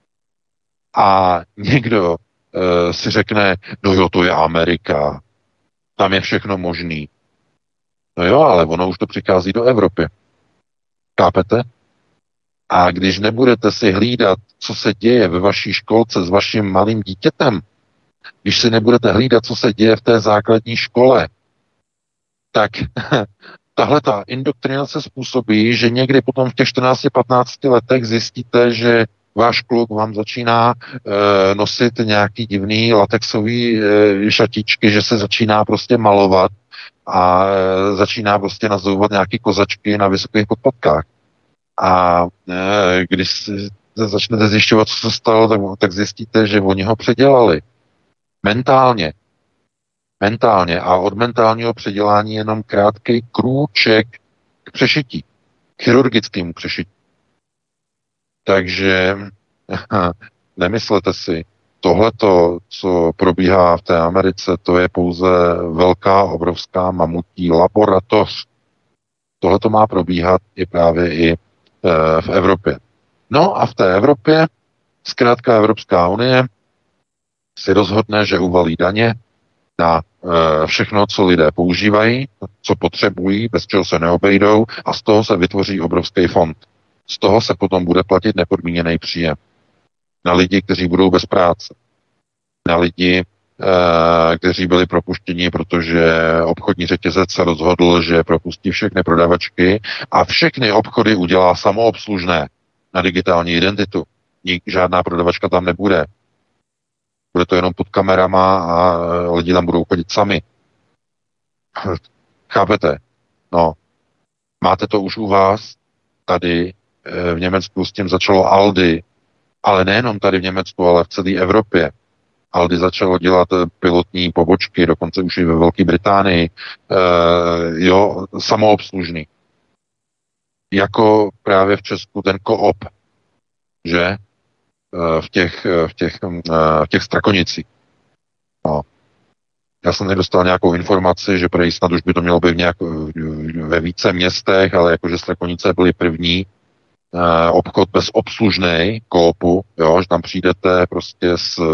A někdo si řekne, no jo, to je Amerika, tam je všechno možný. No jo, ale ono už to přichází do Evropy. Chápete? A když nebudete si hlídat, co se děje ve vaší školce s vaším malým dítětem, když si nebudete hlídat, co se děje v té základní škole, tak tahle ta indoktrinace způsobí, že někdy potom v těch 14-15 letech zjistíte, že váš kluk vám začíná nosit nějaký divný latexový šatičky, že se začíná prostě malovat a začíná prostě nazouvat nějaký kozačky na vysokých podpatkách. A když začnete zjišťovat, co se stalo, tak zjistíte, že oni ho předělali. Mentálně. A od mentálního předělání jenom krátký krůček k přešití. Chirurgickému přešití. Takže nemyslete si, tohleto, co probíhá v té Americe, to je pouze velká, obrovská mamutí laboratoř. Tohleto má probíhat i právě i v Evropě. No a v té Evropě, zkrátka Evropská unie si rozhodne, že uvalí daně na všechno, co lidé používají, co potřebují, bez čeho se neobejdou, a z toho se vytvoří obrovský fond. Z toho se potom bude platit nepodmíněný příjem. Na lidi, kteří budou bez práce. Na lidi, kteří byli propuštěni, protože obchodní řetězec se rozhodl, že propustí všechny prodavačky a všechny obchody udělá samoobslužné na digitální identitu. Žádná prodavačka tam nebude. Bude to jenom pod kamerama a lidi tam budou chodit sami. Chápete? No. Máte to už u vás? Tady v Německu s tím začalo Aldi, ale nejenom tady v Německu, ale v celé Evropě. Aldi začalo dělat pilotní pobočky, dokonce už i ve Velké Británii, samoobslužný. Jako právě v Česku ten Coop, že? V těch Strakonicích. No. Já jsem nedostal nějakou informaci, že prý snad už by to mělo být ve více městech, ale jakože Strakonice byly první obchod bezobslužnej Coopu, jo, že tam přijdete prostě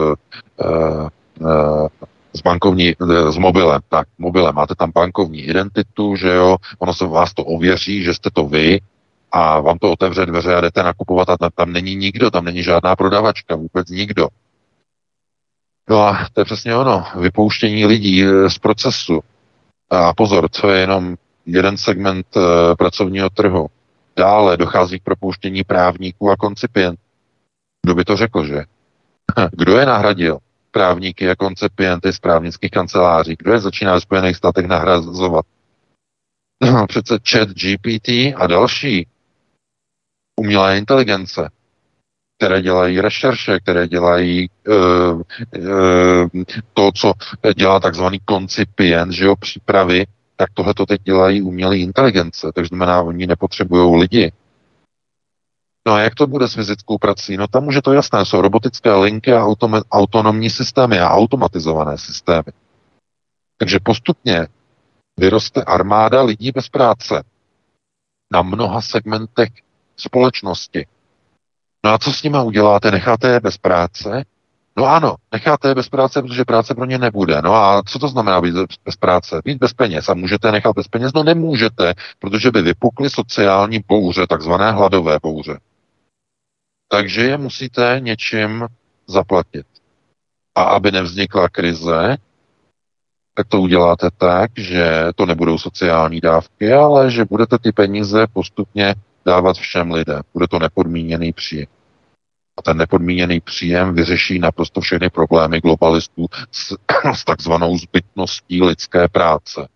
s mobilem, tak mobilem, máte tam bankovní identitu, že jo, ono se vás to ověří, že jste to vy, a vám to otevře dveře a jdete nakupovat a tam není nikdo, tam není žádná prodavačka, vůbec nikdo. No a to je přesně ono, vypouštění lidí z procesu. A pozor, to je jenom jeden segment pracovního trhu. Dále dochází k propouštění právníků a koncipientů. Kdo by to řekl, že? Kdo je nahradil? Právníky a koncipienty z právnických kanceláří. Kdo je začíná ve Spojených státech nahrazovat? No, přece ChatGPT a další umělé inteligence, které dělají rešerše, které dělají to, co dělá takzvaný koncipient, že jo, přípravy, tak tohle to teď dělají umělé inteligence, takže znamená, oni nepotřebují lidi. No a jak to bude s fyzickou prací? No tam už je to jasné, jsou robotické linky a autonomní systémy a automatizované systémy. Takže postupně vyroste armáda lidí bez práce na mnoha segmentech společnosti. No a co s nimi uděláte? Necháte je bez práce? No ano, necháte je bez práce, protože práce pro ně nebude. No a co to znamená být bez práce? Být bez peněz. A můžete nechat bez peněz? No nemůžete, protože by vypukly sociální bouře, takzvané hladové bouře. Takže je musíte něčím zaplatit. A aby nevznikla krize, tak to uděláte tak, že to nebudou sociální dávky, ale že budete ty peníze postupně dávat všem lidem. Bude to nepodmíněný příjem. A ten nepodmíněný příjem vyřeší naprosto všechny problémy globalistů s takzvanou zbytností lidské práce.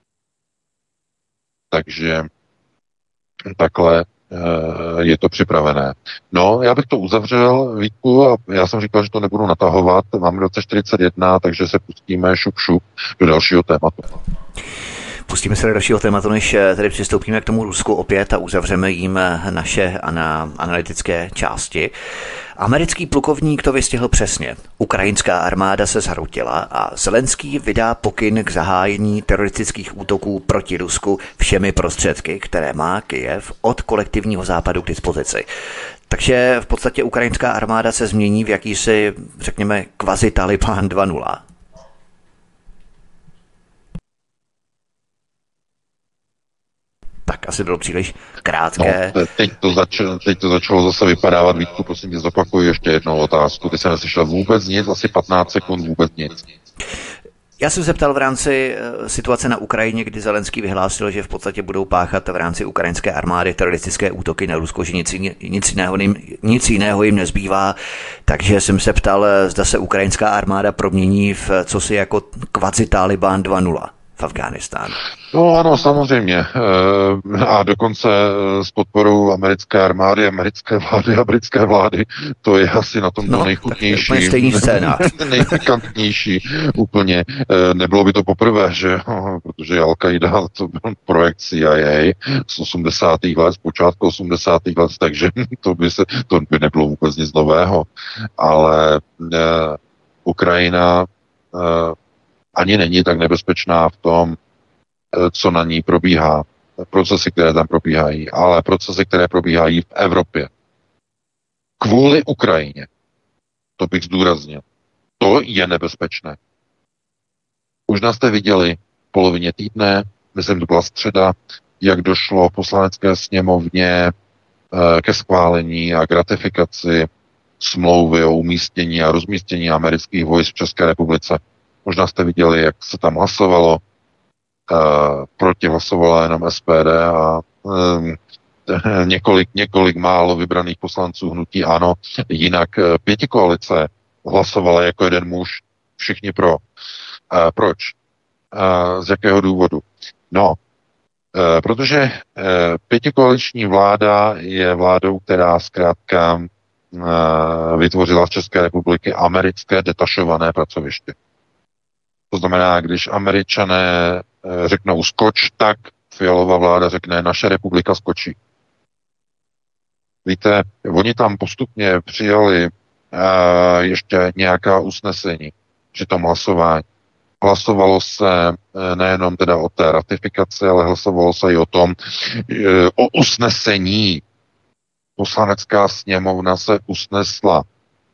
Takže takhle je to připravené. No, já bych to uzavřel, Vítku, a já jsem říkal, že to nebudu natahovat. Máme 2041, takže se pustíme šup do dalšího tématu. Pustíme se do dalšího tématu, než tedy přistoupíme k tomu Rusku opět a uzavřeme jim naše analytické části. Americký plukovník to vystihl přesně. Ukrajinská armáda se zhrotila a Zelenský vydá pokyn k zahájení teroristických útoků proti Rusku všemi prostředky, které má Kyjev od kolektivního západu k dispozici. Takže v podstatě ukrajinská armáda se změní v jakýsi, řekněme, kvazi Taliban 2.0. Tak asi bylo příliš krátké. No, teď to začalo zase vypadávat. Vítku, prosím tě, zopakuju ještě jednou otázku. Ty jsem neslyšel vůbec nic, asi 15 sekund vůbec nic. Já jsem se ptal v rámci situace na Ukrajině, kdy Zelenský vyhlásil, že v podstatě budou páchat v rámci ukrajinské armády teroristické útoky na Rusko, že nic jiného jim nezbývá. Takže jsem se ptal, zda se ukrajinská armáda promění v cosi jako kvazi Taliban 2.0 v Afghánistánu. No ano, samozřejmě. A dokonce s podporou americké armády, americké vlády a britské vlády, to je asi na tom to nejchutnější. To stejný scénář. Nejpikantnější úplně. Nebylo by to poprvé, že? Protože Al-Qaida to byl projekt CIA z 80. let, z počátku 80. let, takže to by nebylo vůbec nic nového. Ale Ukrajina ani není tak nebezpečná v tom, co na ní probíhá, procesy, které tam probíhají, ale procesy, které probíhají v Evropě. Kvůli Ukrajině. To bych zdůraznil. To je nebezpečné. Možná jste viděli v polovině týdne, myslím, to byla středa, jak došlo v poslanecké sněmovně ke schválení a k ratifikaci smlouvy o umístění a rozmístění amerických vojsk v České republice. Možná jste viděli, jak se tam hlasovalo. Proti hlasovala jenom SPD a několik málo vybraných poslanců hnutí ANO. Jinak pětikoalice hlasovala jako jeden muž, všichni pro. Proč? Z jakého důvodu? No, protože pětikoaliční vláda je vládou, která zkrátka vytvořila z České republiky americké detašované pracoviště. To znamená, když Američané řeknou skoč, tak Fialová vláda řekne, naše republika skočí. Víte, oni tam postupně přijali ještě nějaká usnesení při tom hlasování. Hlasovalo se nejenom teda o té ratifikaci, ale hlasovalo se i o tom, o usnesení. Poslanecká sněmovna se usnesla,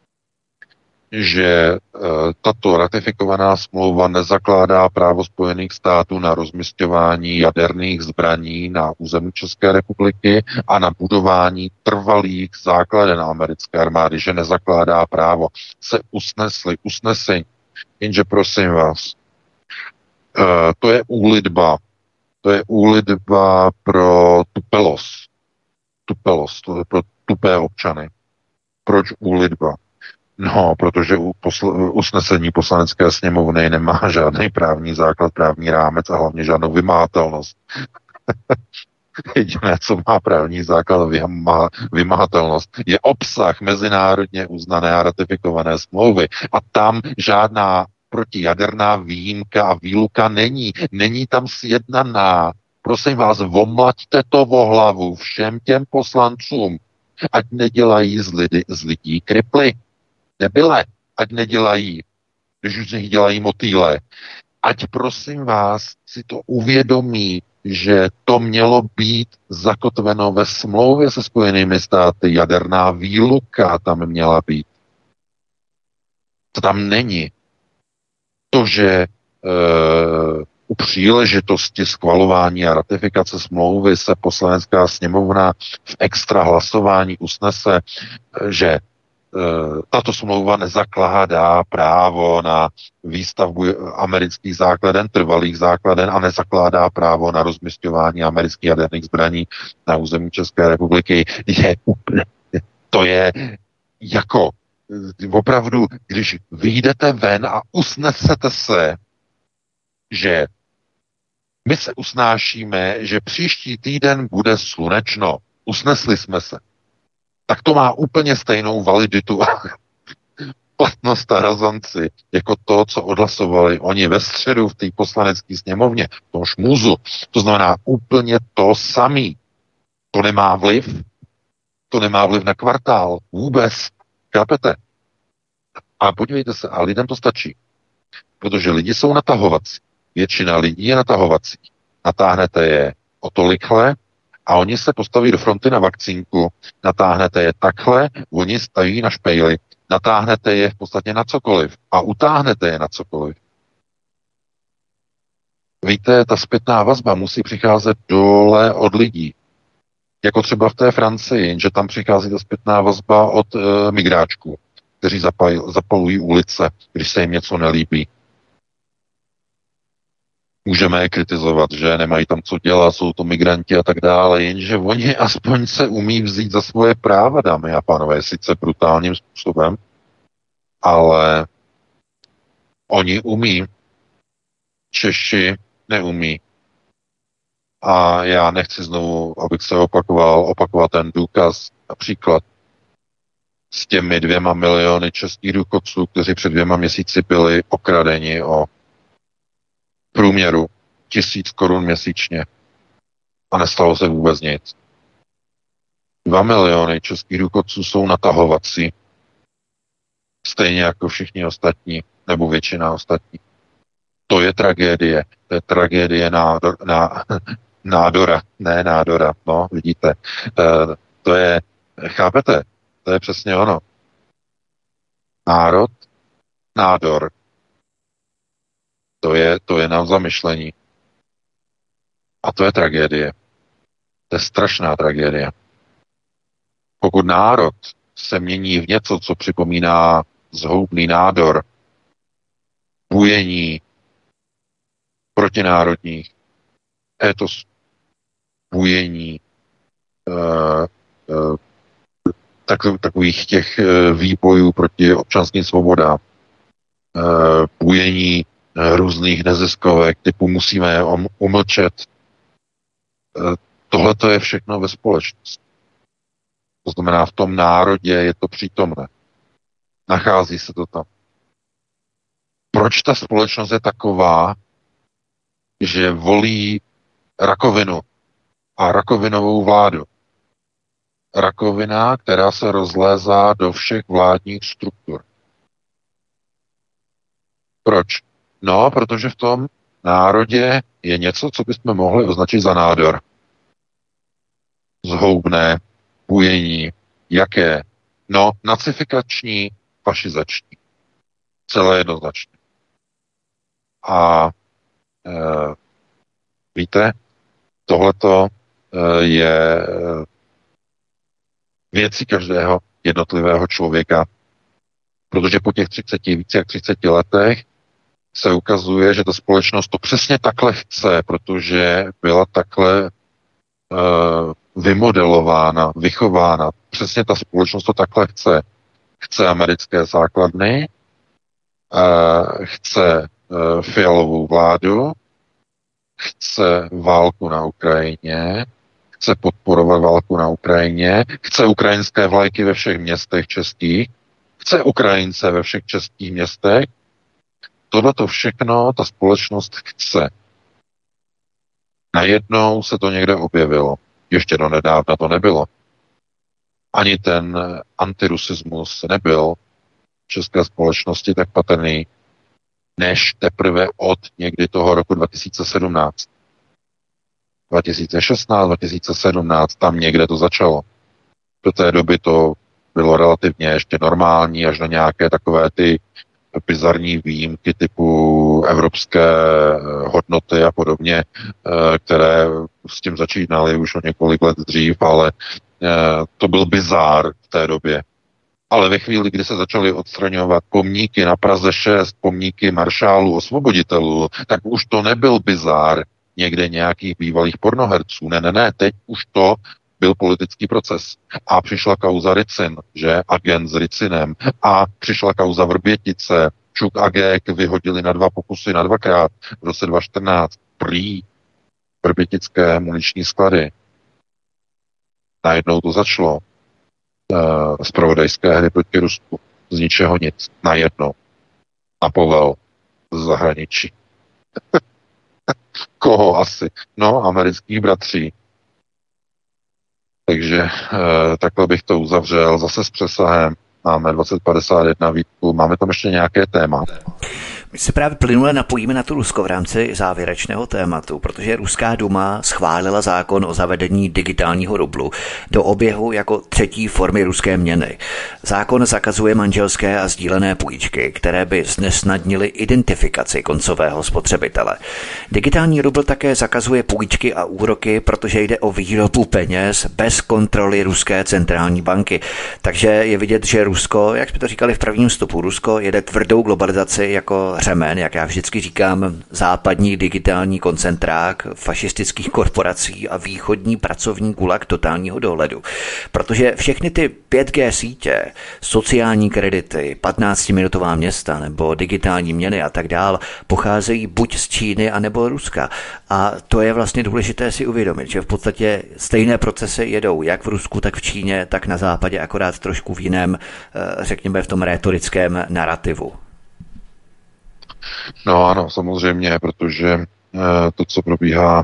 že tato ratifikovaná smlouva nezakládá právo Spojených států na rozmisťování jaderných zbraní na území České republiky a na budování trvalých základen americké armády, že nezakládá právo. Se usnesli usnesení. Jenže prosím vás, to je úlitba. To je úlitba pro tupelost. Tupelost, to je pro tupé občany. Proč úlitba? No, protože usnesení poslanecké sněmovny nemá žádný právní základ, právní rámec a hlavně žádnou vymahatelnost. Jediné, co má právní základ vymahatelnost, je obsah mezinárodně uznané a ratifikované smlouvy. A tam žádná protijaderná výjimka a výluka není. Není tam sjednaná. Prosím vás, omlaďte to o hlavu všem těm poslancům, ať nedělají z lidí kriply. Nebyle, ať nedělají, když už z nich dělají motýle. Ať prosím vás si to uvědomí, že to mělo být zakotveno ve smlouvě se Spojenými státy. Jaderná výluka tam měla být. To tam není. To, že u příležitosti schvalování a ratifikace smlouvy se poslanecká sněmovna v extra hlasování usnese, že tato smlouva nezakládá právo na výstavbu amerických základen, trvalých základen a nezakládá právo na rozmisťování amerických jaderných zbraní na území České republiky. To je jako opravdu, když vyjdete ven a usnesete se, že my se usnášíme, že příští týden bude slunečno. Usnesli jsme se. Tak to má úplně stejnou validitu a platnost a razanci, jako to, co odhlasovali oni ve středu v té poslanecké sněmovně, v tom šmuzu. To znamená úplně to samý. To nemá vliv. To nemá vliv na kvartál. Vůbec. Chápete? A podívejte se, a lidem to stačí. Protože lidi jsou natahovací. Většina lidí je natahovací. Natáhnete je o to rychle a oni se postaví do fronty na vakcínku. Natáhnete je takhle, oni stají na špejli. Natáhnete je v podstatě na cokoliv a utáhnete je na cokoliv. Víte, ta zpětná vazba musí přicházet dole od lidí. Jako třeba v té Francii, jenže tam přichází ta zpětná vazba od migráčků, kteří zapalují ulice, když se jim něco nelíbí. Můžeme je kritizovat, že nemají tam co dělat, jsou to migranti a tak dále, jenže oni aspoň se umí vzít za svoje práva, dámy a pánové, sice brutálním způsobem, ale oni umí, Češi, neumí. A já nechci znovu, abych se opakovat ten důkaz, například s těmi 2 miliony českých důchodců, kteří před 2 měsíci byli okradeni o průměru 1000 korun měsíčně. A nestalo se vůbec nic. 2 miliony českých důchodců jsou natahovací, stejně jako všichni ostatní, nebo většina ostatních. To je tragédie. To je tragédie nádora. Ne nádora, no, vidíte. To je, chápete? To je přesně ono. Národ, nádor. To je nám zamyšlení. A to je tragédie. To je strašná tragédie. Pokud národ se mění v něco, co připomíná zhoubný nádor, bujení protinárodních étos, bujení takových těch výbojů proti občanským svobodám, bujení různých neziskovek, typu musíme je umlčet. Tohle to je všechno ve společnosti. To znamená, v tom národě je to přítomné. Nachází se to tam. Proč ta společnost je taková, že volí rakovinu a rakovinovou vládu? Rakovina, která se rozlézá do všech vládních struktur. Proč? No, protože v tom národě je něco, co bychom mohli označit za nádor. Zhoubné, bujení, jaké? No, nacifikační, fašizační. Celé jednoznačně. A víte, tohleto je věcí každého jednotlivého člověka, protože po těch více jak 30 letech se ukazuje, že ta společnost to přesně takhle chce, protože byla takhle vymodelována, vychována. Přesně ta společnost to takhle chce. Chce americké základny, chce Fialovou vládu, chce válku na Ukrajině, chce podporovat válku na Ukrajině, chce ukrajinské vlajky ve všech městech českých, chce Ukrajince ve všech českých městech. Tohleto všechno ta společnost chce. Najednou se to někde objevilo. Ještě do nedávna to nebylo. Ani ten antirusismus nebyl v české společnosti tak patrný, než teprve od někdy toho roku 2017. 2016, 2017, tam někde to začalo. Do té doby to bylo relativně ještě normální, až na nějaké takové ty bizarní výjimky typu evropské hodnoty a podobně, které s tím začínaly už o několik let dřív, ale to byl bizár v té době. Ale ve chvíli, kdy se začaly odstraňovat pomníky na Praze 6, pomníky maršálů, osvoboditelů, tak už to nebyl bizár někde nějakých bývalých pornoherců. Ne, teď už to byl politický proces. A přišla kauza Ricin, že agent s Ricinem. A přišla kauza Vrbětice. Čuk a Gék vyhodili na 2 pokusy na 2krát v roce 2014. Prý vrbětické muniční sklady. Najednou to začalo. Zpravodajské hry proti Rusku. Z ničeho nic. Najednou. Na povel z zahraničí. Koho asi? No, amerických bratří. Takže takhle bych to uzavřel. Zase s přesahem. Máme 2051 Vítku. Máme tam ještě nějaké téma? My se právě plynule napojíme na to Rusko v rámci závěrečného tématu, protože Ruská duma schválila zákon o zavedení digitálního rublu do oběhu jako 3. formy ruské měny. Zákon zakazuje manželské a sdílené půjčky, které by znesnadnily identifikaci koncového spotřebitele. Digitální rubl také zakazuje půjčky a úroky, protože jde o výrobu peněz bez kontroly ruské centrální banky. Takže je vidět, že Rusko, jak jsme to říkali v prvním vstupu, Rusko jede tvrdou globalizaci jako řemen, jak já vždycky říkám, západní digitální koncentrák fašistických korporací a východní pracovní gulag totálního dohledu. Protože všechny ty 5G sítě, sociální kredity, 15-minutová města nebo digitální měny a tak dál pocházejí buď z Číny, anebo Ruska. A to je vlastně důležité si uvědomit, že v podstatě stejné procesy jedou jak v Rusku, tak v Číně, tak na západě, akorát trošku v jiném, řekněme v tom rétorickém narrativu. No ano, samozřejmě, protože to, co probíhá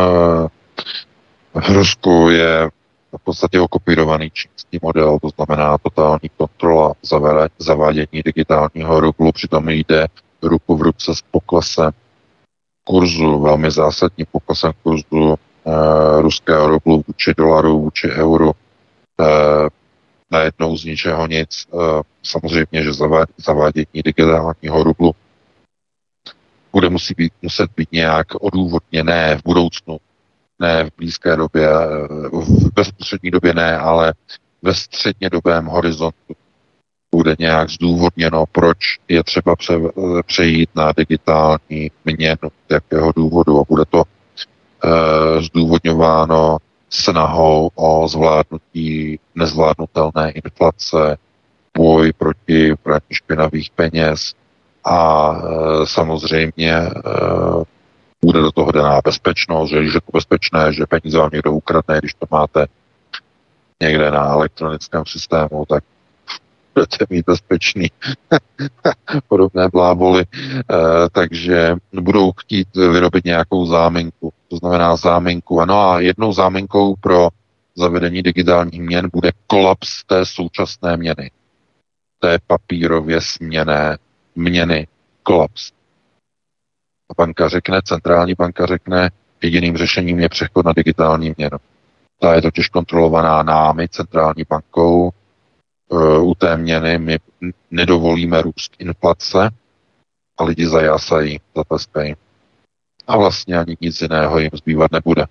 v Rusku, je v podstatě okopírovaný čínský model, to znamená totální kontrola, zavádění digitálního rublu, přitom jde ruku v ruce s poklesem kurzu, velmi zásadním poklesem kurzu ruského rublu vůči dolaru, vůči euru. Najednou z ničeho nic. Samozřejmě, že zavádění digitálního rublu bude muset být nějak odůvodněné v budoucnu, ne v blízké době, v bezprostřední době ne, ale ve střednědobém horizontu bude nějak zdůvodněno, proč je třeba přejít na digitální měnu, z jakého důvodu. A bude to zdůvodňováno snahou o zvládnutí nezvládnutelné inflace, boj proti praní špinavých peněz a samozřejmě bude do toho daná bezpečnost, že když je to bezpečné, že peníze vám někdo ukradne, když to máte někde na elektronickém systému, tak budete mít bezpečný podobné bláboli, takže budou chtít vyrobit nějakou záminku. To znamená záminku. No a jednou záminkou pro zavedení digitálních měn bude kolaps té současné měny. Té papírově směnné měny. Kolaps. Centrální banka řekne, jediným řešením je přechod na digitální měnu. Ta je totiž kontrolovaná námi, centrální bankou. U té měny my nedovolíme růst inflace a lidi zajásají, zatleskají. A vlastně ani nic jiného jim zbývat nebude.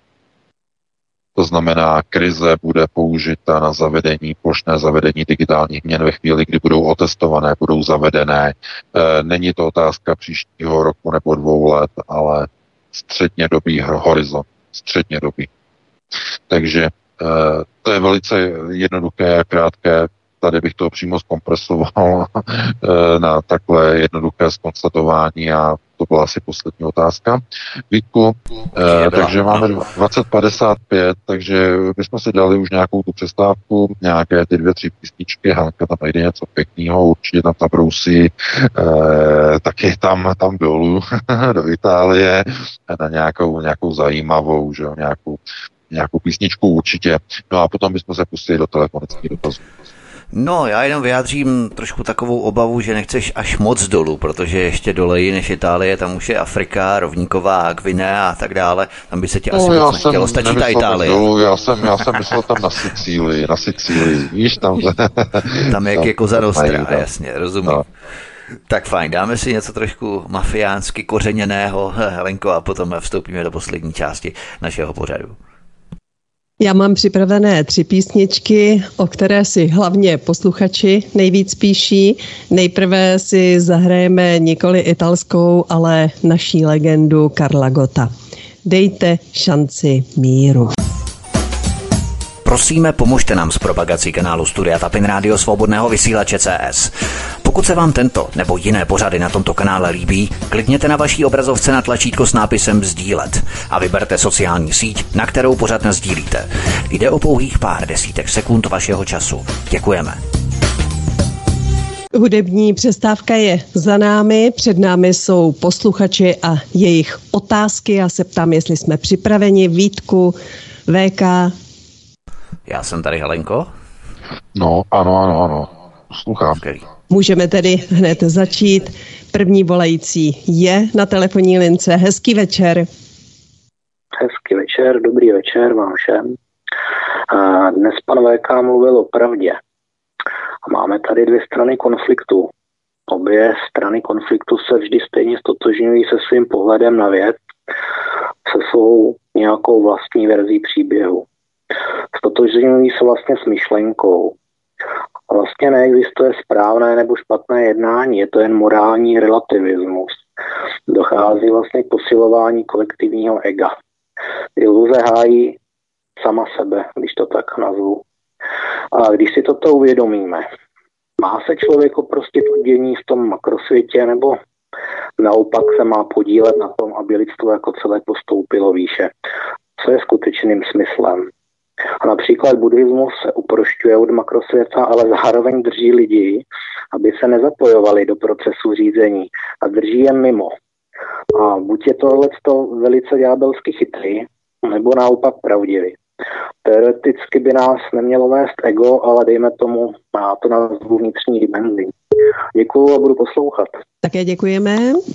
To znamená, krize bude použita na plošné zavedení digitálních měn ve chvíli, kdy budou otestované, budou zavedené. Není to otázka příštího roku nebo 2 let, ale střednědobý horizont. Střednědobý. Takže to je velice jednoduché a krátké. Tady bych to přímo zkompresoval na takhle jednoduché zkonstatování a to byla asi poslední otázka. Vítku, takže máme 20:55, takže bychom si dali už nějakou tu přestávku, nějaké ty 2-3 písničky, Hanka tam najde něco pěkného, určitě tam brousí taky tam dolů do Itálie na nějakou zajímavou, že jo, nějakou písničku určitě. No a potom bychom se pustili do telefonických dotazů. No, já jenom vyjádřím trošku takovou obavu, že nechceš až moc dolů, protože ještě doleji než Itálie, tam už je Afrika, Rovníková, Gvinea a tak dále. Tam by se ti asi moc nechtělo, stačí ta Itálie. Dolů, já jsem myslel tam na Sicílii, víš, tam je Cosa Nostra, jasně, rozumím. No. Tak fajn, dáme si něco trošku mafiánsky kořeněného, Helenko, a potom vstoupíme do poslední části našeho pořadu. Já mám připravené 3 písničky, o které si hlavně posluchači nejvíc píší. Nejprve si zahrajeme nikoli italskou, ale naší legendu Karla Gotta. Dejte šanci míru. Prosíme, pomožte nám s propagací kanálu Studia Tapin Rádio Svobodného vysílače CS. Pokud se vám tento nebo jiné pořady na tomto kanále líbí, klikněte na vaší obrazovce na tlačítko s nápisem sdílet a vyberte sociální síť, na kterou pořad nasdílíte. Jde o pouhých pár desítek sekund vašeho času. Děkujeme. Hudební přestávka je za námi, před námi jsou posluchači a jejich otázky. Já se ptám, jestli jsme připraveni. Vítku, VK. Já jsem tady, Helenko. No, ano. Poslouchám. Můžeme tedy hned začít. První volající je na telefonní lince. Hezký večer. Hezký večer, dobrý večer vám všem. Dnes pan VK mluvil o pravdě. Máme tady 2 strany konfliktu. Obě strany konfliktu se vždy stejně stotožňují se svým pohledem na věc, se svou nějakou vlastní verzí příběhu. Stotožňují se vlastně s myšlenkou. A vlastně neexistuje správné nebo špatné jednání, je to jen morální relativismus. Dochází vlastně k posilování kolektivního ega. Iluze hájí sama sebe, když to tak nazvu. A když si toto uvědomíme, má se člověk oprostit od dění v tom makrosvětě, nebo naopak se má podílet na tom, aby lidstvo jako celé postoupilo výše? Co je skutečným smyslem? A například buddhismus se uprošťuje od makrosvěta, ale zároveň drží lidi, aby se nezapojovali do procesu řízení a drží je mimo. A buď je tohleto velice ďábelsky chytrý, nebo naopak pravdivý. Teoreticky by nás nemělo vést ego, ale dejme tomu, má to nazvu vnitřní dimenzi. Děkuju a budu poslouchat. Také děkujeme.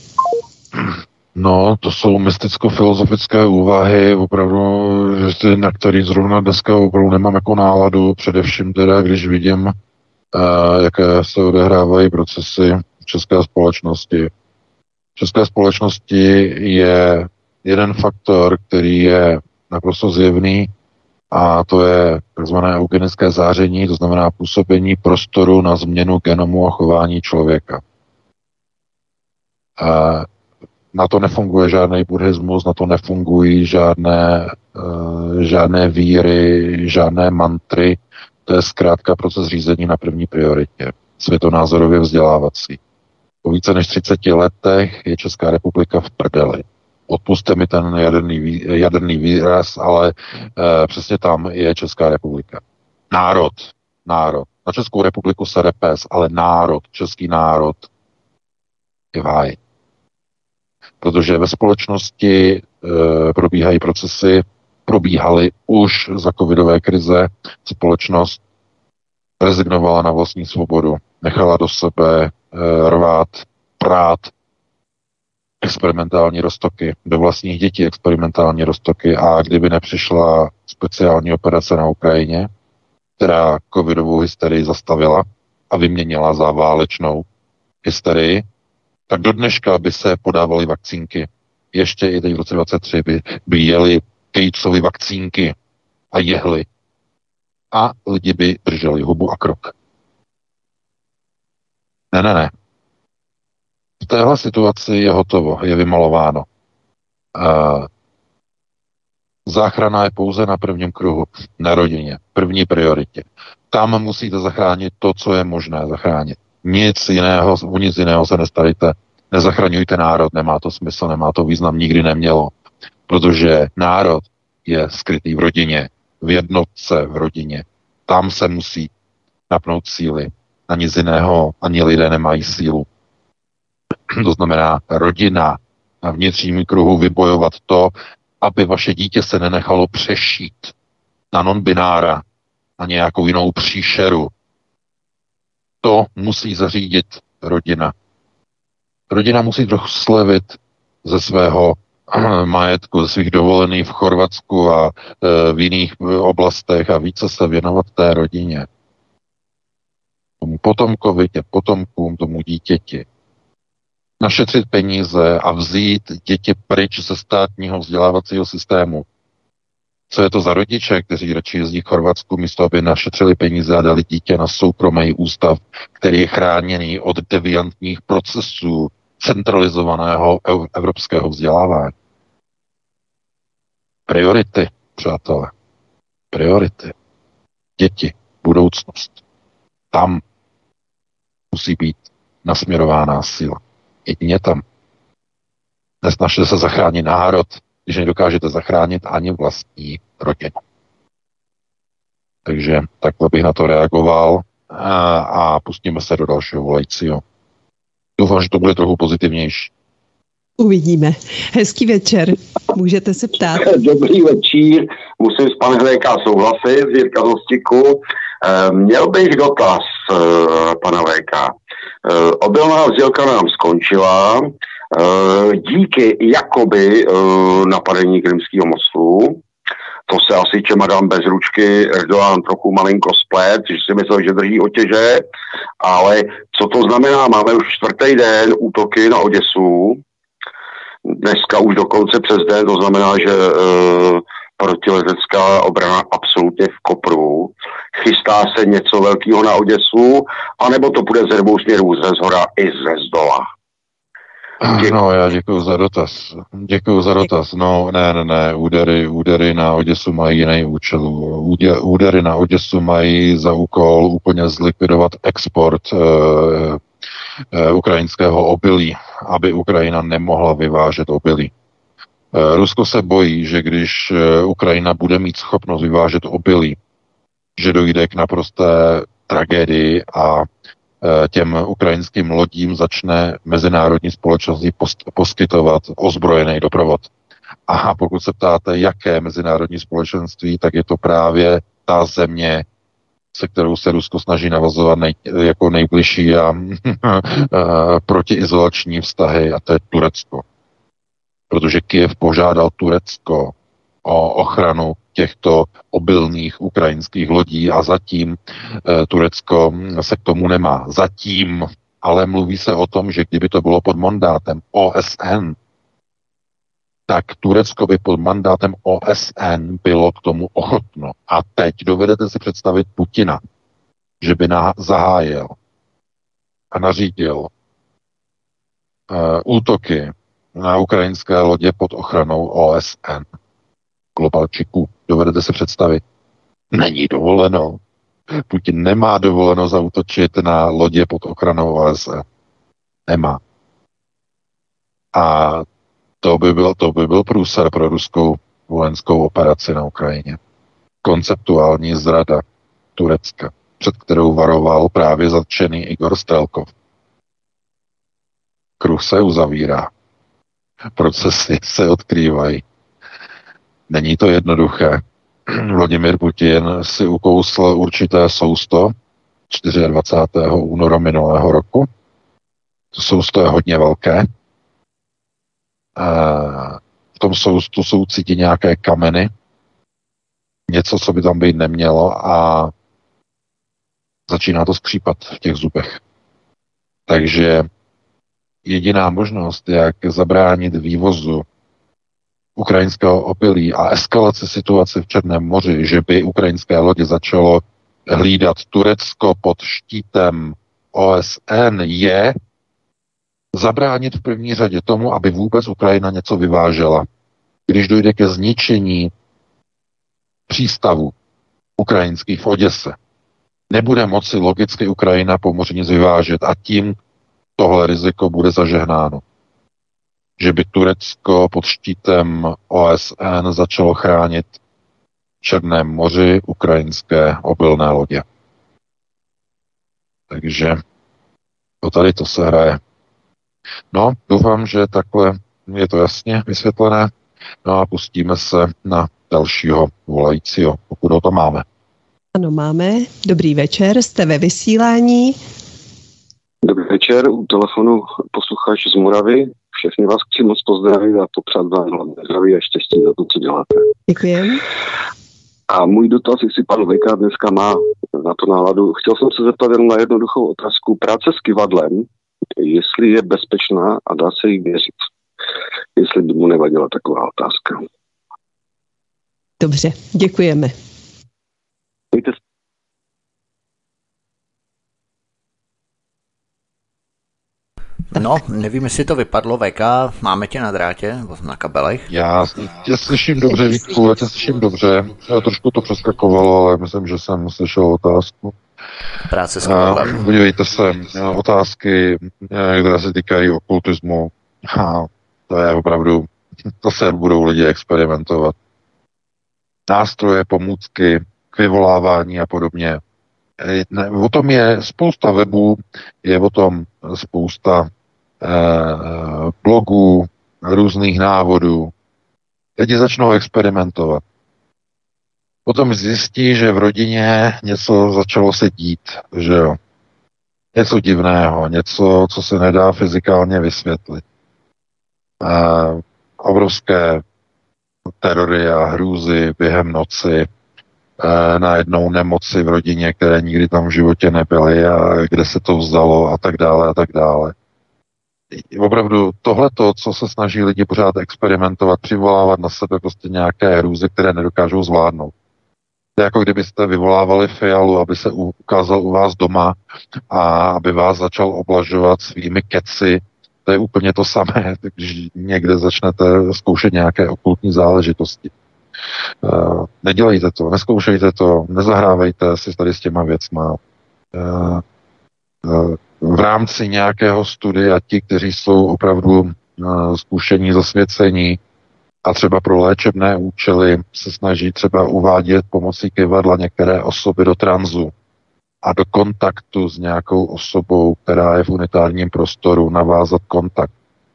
No, to jsou mysticko-filozofické úvahy, opravdu, na který zrovna dneska opravdu nemám jako náladu, především teda, když vidím, jaké se odehrávají procesy v české společnosti. V české společnosti je jeden faktor, který je naprosto zjevný, a to je takzvané eugenické záření, to znamená působení prostoru na změnu genomu a chování člověka. Na to nefunguje žádný buddhismus, na to nefungují žádné víry, žádné mantry. To je zkrátka proces řízení na první prioritě, světonázorově vzdělávací. Po více než 30 letech je Česká republika v prdeli. Odpusťte mi ten jaderný výraz, ale přesně tam je Česká republika. Národ. Na Českou republiku se repes, ale český národ je v háji. Protože ve společnosti probíhaly už za covidové krize, společnost rezignovala na vlastní svobodu, nechala do sebe rvát, prát experimentální roztoky, do vlastních dětí experimentální roztoky, a kdyby nepřišla speciální operace na Ukrajině, která covidovou hysterii zastavila a vyměnila za válečnou hysterii, tak do dneška by se podávaly vakcínky. Ještě i teď v roce 2023 by jeli Gatesovy vakcínky a jehly. A lidi by drželi hubu a krok. Ne. V téhle situaci je hotovo, je vymalováno. Záchrana je pouze na prvním kruhu, na rodině, první prioritě. Tam musíte zachránit to, co je možné zachránit. Nic jiného se nestarejte. Nezachraňujte národ, nemá to smysl, nemá to význam, nikdy nemělo. Protože národ je skrytý v rodině, v jednotce v rodině. Tam se musí napnout síly. Na nic jiného ani lidé nemají sílu. To znamená rodina na vnitřním kruhu vybojovat to, aby vaše dítě se nenechalo přešít na non-binára, na nějakou jinou příšeru. To musí zařídit rodina. Rodina musí trochu slevit ze svého majetku, ze svých dovolených v Chorvatsku a v jiných oblastech a více se věnovat té rodině. Tomu potomkovi, potomkům, tomu dítěti. Našetřit peníze a vzít děti pryč ze státního vzdělávacího systému. Co je to za rodiče, kteří radši jezdí v Chorvatsku, místo aby našetřili peníze a dali dítě na soukromý ústav, který je chráněný od deviantních procesů centralizovaného evropského vzdělávání. Priority, přátelé. Priority. Děti, budoucnost. Tam musí být nasměrována síla. Jedině tam. Nesnažte se zachránit národ, když nedokážete zachránit ani vlastní rodinu. Takže takhle bych na to reagoval a pustíme se do dalšího volajícího. Doufám, že to bude trochu pozitivnější. Uvidíme. Hezký večer. Můžete se ptát. Dobrý večer. Musím s panem VK souhlasit, Jirka z Hostiku. Měl bych dotaz, pana VK. Obilná vzdělka nám skončila. Díky jakoby napadení Krymského mostu. To se asi čemadán bez ručky Erdogan trochu malinko splet, že si myslel, že drží otěže, ale co to znamená? Máme už 4. den útoky na Oděsu, dneska už dokonce přes den, to znamená, že protiletecká obrana absolutně v kopru. Chystá se něco velkého na Oděsu, anebo to bude ze dvou směrů, ze zhora i ze zdola? No, já děkuju za dotaz. No, ne. Údery na Oděsu mají jiný účel. Údery na Oděsu mají za úkol úplně zlikvidovat export ukrajinského obilí, aby Ukrajina nemohla vyvážet obilí. Rusko se bojí, že když Ukrajina bude mít schopnost vyvážet obilí, že dojde k naprosté tragédii a těm ukrajinským lodím začne mezinárodní společnosti poskytovat ozbrojený doprovod. A pokud se ptáte, jaké mezinárodní společenství, tak je to právě ta země, se kterou se Rusko snaží navazovat jako nejbližší a protiizolační vztahy, a to je Turecko. Protože Kyjev požádal Turecko o ochranu těchto obilných ukrajinských lodí a zatím Turecko se k tomu nemá. Zatím, ale mluví se o tom, že kdyby to bylo pod mandátem OSN, tak Turecko by pod mandátem OSN bylo k tomu ochotno. A teď dovedete si představit Putina, že by zahájil a nařídil útoky na ukrajinské lodě pod ochranou OSN. Globalčiku, dovedete se představit? Není dovoleno. Putin nemá dovoleno zaútočit na lodě pod ochranou OSN. Nemá. A to by byl průser pro ruskou vojenskou operaci na Ukrajině. Konceptuální zrada Turecka, před kterou varoval právě zatčený Igor Strelkov. Kruh se uzavírá. Procesy se odkrývají. Není to jednoduché. Vladimir Putin si ukousl určité sousto 24. února minulého roku. To sousto je hodně velké. V tom soustu jsou cítit nějaké kameny, něco, co by tam být nemělo, a začíná to skřípat v těch zubech. Takže jediná možnost, jak zabránit vývozu ukrajinského obilí a eskalaci situace v Černém moři, že by ukrajinské lodě začalo hlídat Turecko pod štítem OSN, je zabránit v první řadě tomu, aby vůbec Ukrajina něco vyvážela. Když dojde ke zničení přístavu ukrajinských v Oděse, nebude moci logicky Ukrajina po moři nic vyvážet a tím tohle riziko bude zažehnáno. Že by Turecko pod štítem OSN začalo chránit v Černém moři ukrajinské obilné lodě. Takže tady to se hraje. No, doufám, že takhle je to jasně vysvětlené. No a pustíme se na dalšího volajícího, pokud ho to máme. Ano, máme. Dobrý večer, jste ve vysílání. Dobrý večer, u telefonu posluchač z Moravy. Všechny vás chci moc pozdravit a popřát vám hlavně zdraví a štěstí za to, co děláte. Děkujem. A můj dotaz, jestli pan VK dneska má na to náladu. Chtěl jsem se zeptat jenom na jednoduchou otázku. Práce s kyvadlem, jestli je bezpečná a dá se jí věřit. Jestli by mu nevadila taková otázka. Dobře, děkujeme. Mějte se. No, nevím, jestli to vypadlo, VK, máme tě na drátě, na kabelech? Já tě slyším dobře, Vítku, já tě slyším dobře. Trošku to přeskakovalo, ale myslím, že jsem slyšel otázku. Práce s kyvadlem. Podívejte se, otázky, které se týkají okultismu, to je opravdu, to se budou lidi experimentovat. Nástroje, pomůcky, k vyvolávání a podobně. O tom je spousta webů, je o tom spousta blogů, různých návodů. Lidi začnou experimentovat. Potom zjistí, že v rodině něco začalo se dít, že jo. Něco divného, něco, co se nedá fyzikálně vysvětlit. Obrovské terory a hrůzy během noci, najednou nemoci v rodině, které nikdy tam v životě nebyly a kde se to vzalo a tak dále a tak dále. opravdu tohleto, co se snaží lidi pořád experimentovat, přivolávat na sebe prostě nějaké hrůzy, které nedokážou zvládnout. To je jako kdybyste vyvolávali Fialu, aby se ukázal u vás doma a aby vás začal oblažovat svými keci. To je úplně to samé, když někde začnete zkoušet nějaké okultní záležitosti. Nedělejte to, neskoušejte to, nezahrávejte si tady s těma věcma. V rámci nějakého studia ti, kteří jsou opravdu zkušení, zasvěcení a třeba pro léčebné účely se snaží třeba uvádět pomocí kyvadla některé osoby do tranzu a do kontaktu s nějakou osobou, která je v unitárním prostoru, navázat kontakt.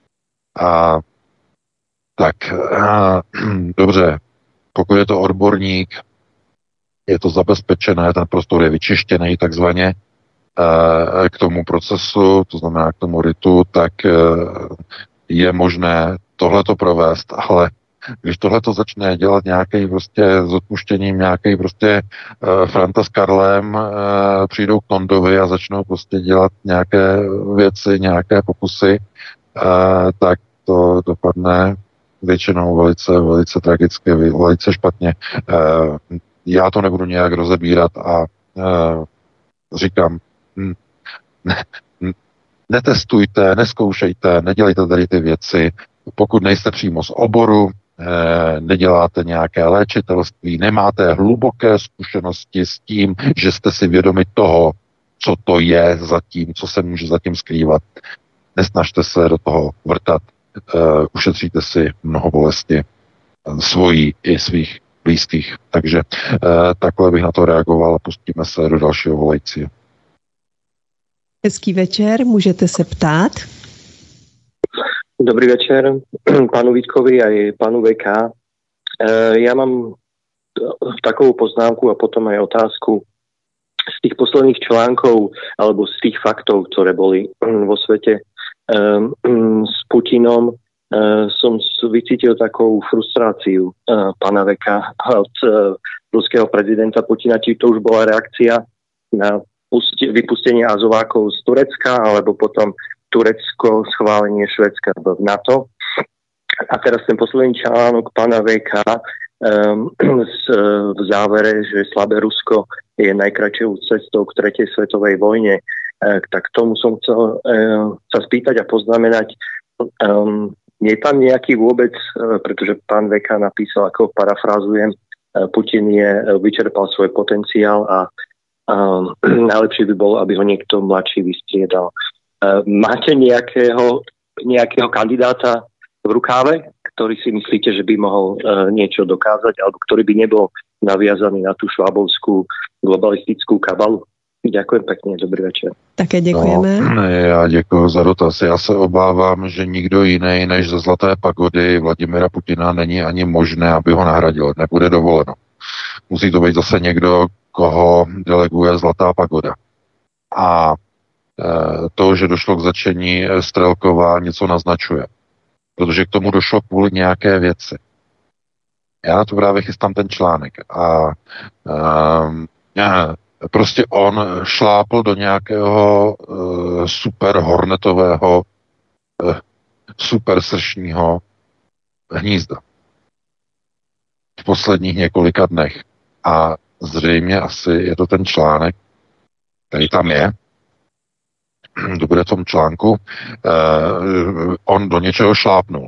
Dobře, pokud je to odborník, je to zabezpečené, ten prostor je vyčištěný takzvaně k tomu procesu, to znamená k tomu ritu, tak je možné tohleto provést, ale když tohleto začne dělat nějaký prostě s odpuštěním, nějaký prostě Franta s Karlem, přijdou k Tondovi a začnou prostě dělat nějaké věci, nějaké pokusy, tak to dopadne většinou velice tragicky, velice špatně. Já to nebudu nějak rozebírat a říkám, netestujte, neskoušejte, nedělejte tady ty věci, pokud nejste přímo z oboru, neděláte nějaké léčitelství, nemáte hluboké zkušenosti s tím, že jste si vědomi toho, co to je zatím, co se může zatím skrývat. Nesnažte se do toho vrtat, ušetříte si mnoho bolesti svojí i svých blízkých. Takže takhle bych na to reagoval a pustíme se do dalšího volajícího. Hezký večer, můžete se ptát. Dobrý večer pánu Vítkovi aj pánu VK. Ja mám takovou poznámku a potom aj otázku. Z tých posledných článkov alebo z tých faktov, ktoré boli vo svete s Putinom, som vycítil takú frustráciu pána VK od ruského prezidenta Putina. Či to už bola reakcia na vypustenie Azovákov z Turecka, alebo potom Turecko schválenie Švédska v NATO. A teraz ten posledný článok pána VK v závere, že slabé Rusko je najkračšou cestou k tretej svetovej vojne. Tak tomu som chcel sa spýtať a poznamenať, je tam nejaký vôbec, pretože pán VK napísal, ako parafrázujem, Putin vyčerpal svoj potenciál a najlepšie by bolo, aby ho niekto mladší vystriedal. Máte nejakého kandidáta v rukáve, ktorý si myslíte, že by mohol niečo dokázať, alebo ktorý by nebol naviazaný na tú švábovskú globalistickú kabalu? Ďakujem pekne, dobrý večer. Také děkujeme. No, já děkuji za dotaz. Já se obávám, že nikdo jiný než ze Zlaté pagody Vladimira Putina není ani možné, aby ho nahradil. Nebude dovoleno. Musí to být zase někdo, koho deleguje Zlatá pagoda. A to, že došlo k začení Strelkova, něco naznačuje. Protože k tomu došlo kvůli nějaké věci. Já na to právě chystám ten článek. A prostě on šlápl do nějakého super hornetového, super sršního hnízda v posledních několika dnech. A zřejmě asi je to ten článek, který tam je, to bude v tom článku, on do něčeho šlápnul.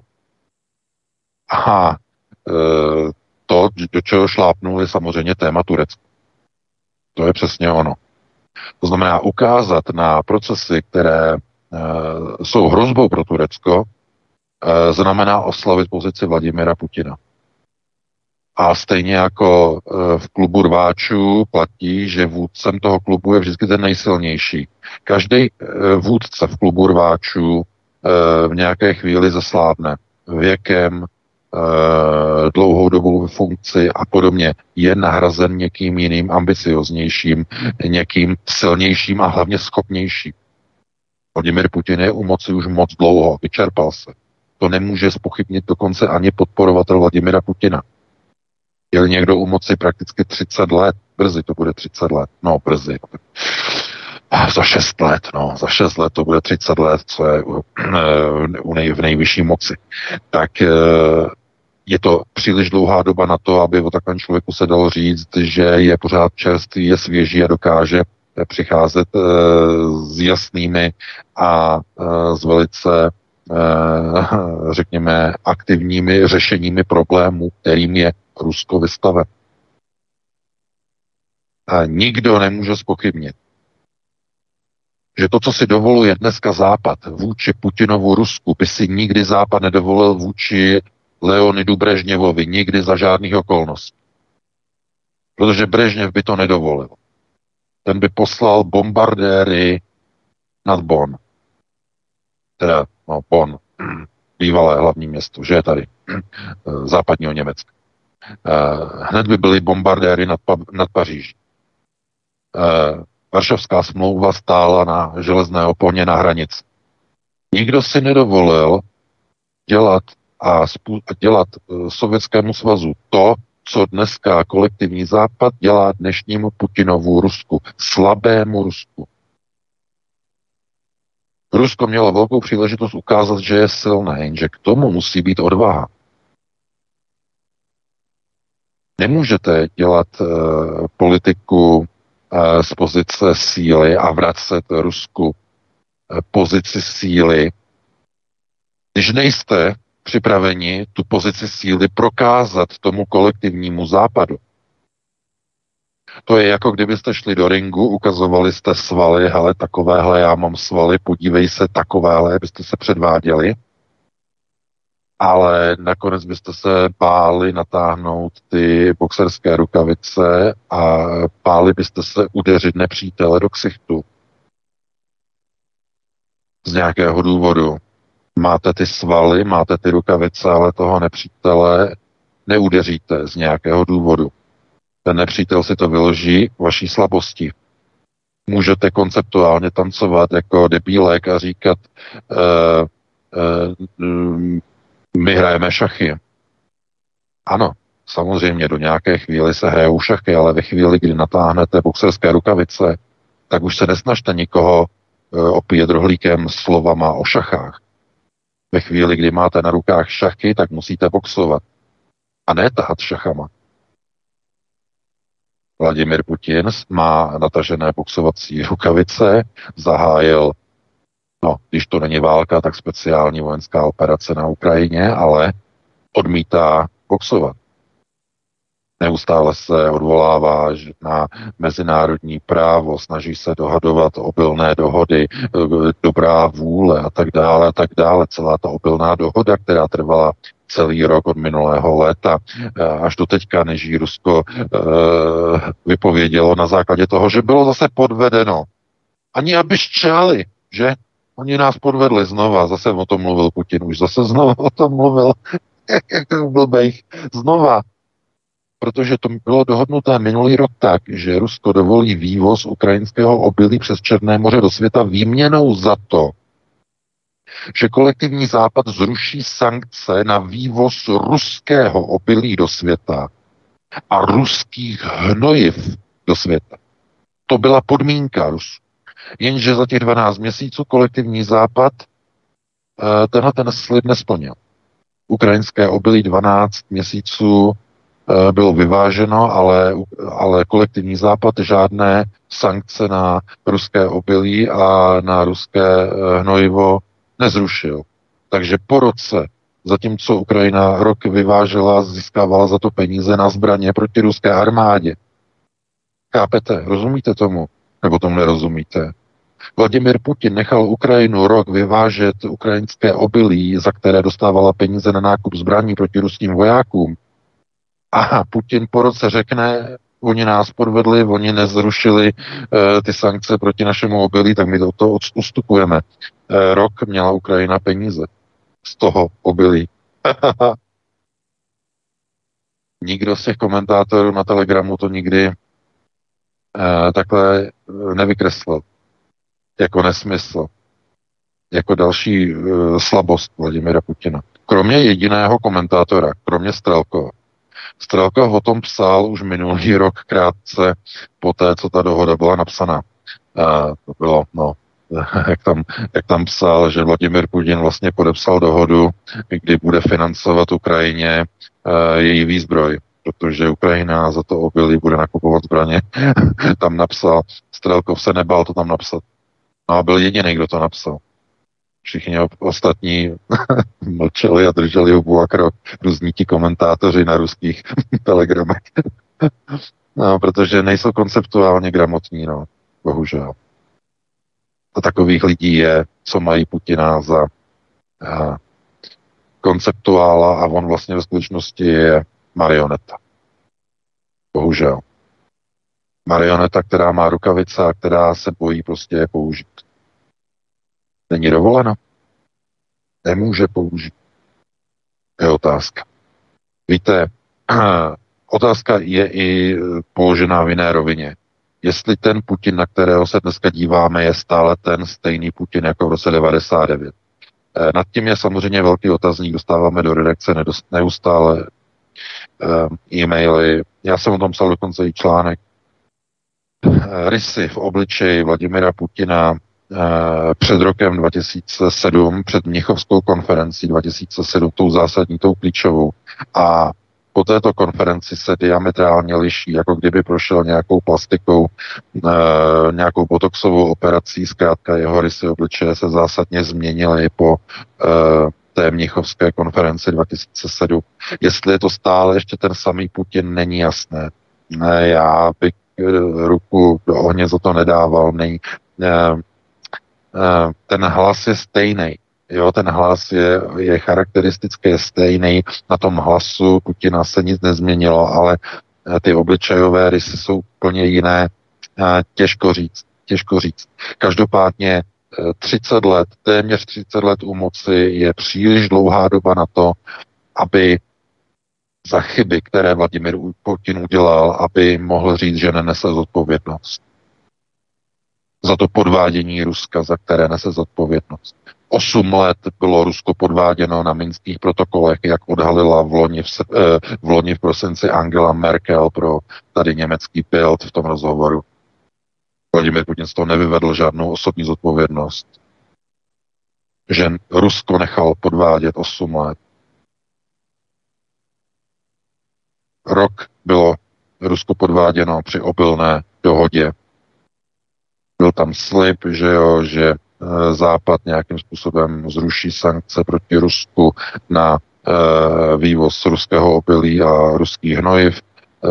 A to, do čeho šlápnul, je samozřejmě téma Turecka. To je přesně ono. To znamená ukázat na procesy, které jsou hrozbou pro Turecko, znamená oslavit pozici Vladimira Putina. A stejně jako v klubu rváčů platí, že vůdcem toho klubu je vždycky ten nejsilnější. Každý vůdce v klubu rváčů v nějaké chvíli zaslábne věkem, dlouhou dobu v funkci a podobně, je nahrazen někým jiným, ambicioznějším, někým silnějším a hlavně schopnějším. Vladimir Putin je u moci už moc dlouho, vyčerpal se. To nemůže zpochybnit dokonce ani podporovatel Vladimira Putina. Je někdo u moci prakticky 30 let, brzy to bude 30 let, no brzy. Za 6 let, za 6 let to bude 30 let, co je v nejvyšší moci. Tak je to příliš dlouhá doba na to, aby o takovém člověku se dalo říct, že je pořád čerstvý, je svěží a dokáže přicházet s jasnými a s velice, řekněme, aktivními řešeními problémů, kterým je Rusko vystaven. A nikdo nemůže zpochybnit, že to, co si dovoluje dneska Západ vůči Putinovu Rusku, by si nikdy Západ nedovolil vůči Leonidu Brežněvovi, nikdy za žádných okolností. Protože Brežněv by to nedovolil. Ten by poslal bombardéry nad Bonn. Teda, Bonn, bývalé hlavní město, že je tady, západního Německa. Hned by byly bombardéry nad Paříží. Varšavská smlouva stála na železné oponě na hranici. Nikdo si nedovolil dělat Sovětskému svazu to, co dneska kolektivní Západ dělá dnešnímu Putinovu Rusku, slabému Rusku. Rusko mělo velkou příležitost ukázat, že je silné, jenže k tomu musí být odvaha. Nemůžete dělat politiku z pozice síly a vracet Rusku pozici síly, když nejste připraveni tu pozici síly prokázat tomu kolektivnímu Západu. To je jako kdybyste šli do ringu, ukazovali jste svaly, hele, takovéhle já mám svaly, podívej se, takovéhle, byste se předváděli, ale nakonec byste se báli natáhnout ty boxerské rukavice a báli byste se udeřit nepřítele do ksichtu. Z nějakého důvodu. Máte ty svaly, máte ty rukavice, ale toho nepřítele neudeříte z nějakého důvodu. Ten nepřítel si to vyloží vaší slabosti. Můžete konceptuálně tancovat jako debílek a říkat my hrajeme šachy. Ano, samozřejmě do nějaké chvíli se hrajou šachy, ale ve chvíli, kdy natáhnete boxerské rukavice, tak už se nesnažte nikoho opíjet rohlíkem slovama o šachách. Ve chvíli, kdy máte na rukách šachy, tak musíte boxovat. A ne tahat šachama. Vladimir Putin má natažené boxovací rukavice, zahájil, když to není válka, tak speciální vojenská operace na Ukrajině, ale odmítá boxovat. Neustále se odvolává na mezinárodní právo, snaží se dohadovat obilné dohody, dobrá vůle a tak dále, a tak dále. Celá ta obilná dohoda, která trvala celý rok od minulého léta, až do teďka, než ji Rusko vypovědělo na základě toho, že bylo zase podvedeno. Ani aby ščali, že? Oni nás podvedli znova, zase o tom mluvil Putin, už zase znova o tom mluvil, jak blbejch, znova. Protože to bylo dohodnuté minulý rok tak, že Rusko dovolí vývoz ukrajinského obilí přes Černé moře do světa výměnou za to, že kolektivní Západ zruší sankce na vývoz ruského obilí do světa a ruských hnojiv do světa. To byla podmínka Rusů. Jenže za těch 12 měsíců kolektivní Západ ten slib nesplnil. Ukrajinské obilí 12 měsíců bylo vyváženo, ale kolektivní Západ žádné sankce na ruské obilí a na ruské hnojivo nezrušil. Takže po roce, zatímco Ukrajina rok vyvážela, získávala za to peníze na zbraně proti ruské armádě. Chápete? Rozumíte tomu? Nebo tomu nerozumíte? Vladimir Putin nechal Ukrajinu rok vyvážet ukrajinské obilí, za které dostávala peníze na nákup zbraní proti ruským vojákům. A Putin po roce řekne, oni nás podvedli, oni nezrušili ty sankce proti našemu obilí, tak my to ustupujeme. Rok měla Ukrajina peníze z toho obilí. Nikdo z těch komentátorů na Telegramu to nikdy takhle nevykreslil. Jako nesmysl. Jako další slabost Vladimira Putina. Kromě jediného komentátora, kromě Strelkova. Strelkov o tom psal už minulý rok krátce po té, co ta dohoda byla napsaná. To bylo, jak tam psal, že Vladimir Putin vlastně podepsal dohodu, kdy bude financovat Ukrajině její výzbroj, protože Ukrajina za to obilí bude nakupovat zbraně. Tam napsal, Strelkov se nebál to tam napsat. No a byl jediný, kdo to napsal. Všichni ostatní mlčeli a drželi hubu a krok. Různí ti komentátoři na ruských telegramech. No, protože nejsou konceptuálně gramotní, no. Bohužel. A takových lidí je, co mají Putina za konceptuála a on vlastně ve skutečnosti je marioneta. Bohužel. Marioneta, která má rukavice a která se bojí prostě je použít. Není dovoleno. Nemůže použít. Je otázka. Víte, otázka je i položená v jiné rovině. Jestli ten Putin, na kterého se dneska díváme, je stále ten stejný Putin jako v roce 99. Nad tím je samozřejmě velký otazník, dostáváme do redakce neustále e-maily. Já jsem o tom psal dokonce i článek. Rysy v obličeji Vladimira Putina před rokem 2007, před Mnichovskou konferencí 2007, tou zásadní, tou klíčovou. A po této konferenci se diametrálně liší, jako kdyby prošel nějakou plastikou, nějakou botoxovou operací, zkrátka jeho rysy obličeje se zásadně změnily po té Mnichovské konferenci 2007. Jestli je to stále ještě ten samý Putin, není jasné. Ne, já bych ruku do ohně za to nedával. Ten hlas je stejný. Jo, ten hlas je charakteristicky stejný. Na tom hlasu Putina se nic nezměnilo, ale ty obličejové rysy jsou úplně jiné. Těžko říct. Každopádně 30 let, téměř 30 let u moci je příliš dlouhá doba na to, aby za chyby, které Vladimir Putin udělal, aby mohl říct, že nenese zodpovědnost. Za to podvádění Ruska, za které nese zodpovědnost. 8 let bylo Rusko podváděno na minských protokolech, jak odhalila v loni v prosinci Angela Merkel pro tady německý Bild v tom rozhovoru. Vladimir Putin z toho nevyvedl žádnou osobní zodpovědnost. Že Rusko nechal podvádět 8 let. Rok bylo Rusko podváděno při obilné dohodě. Byl tam slib, že Západ nějakým způsobem zruší sankce proti Rusku na vývoz ruského obilí a ruských hnojiv.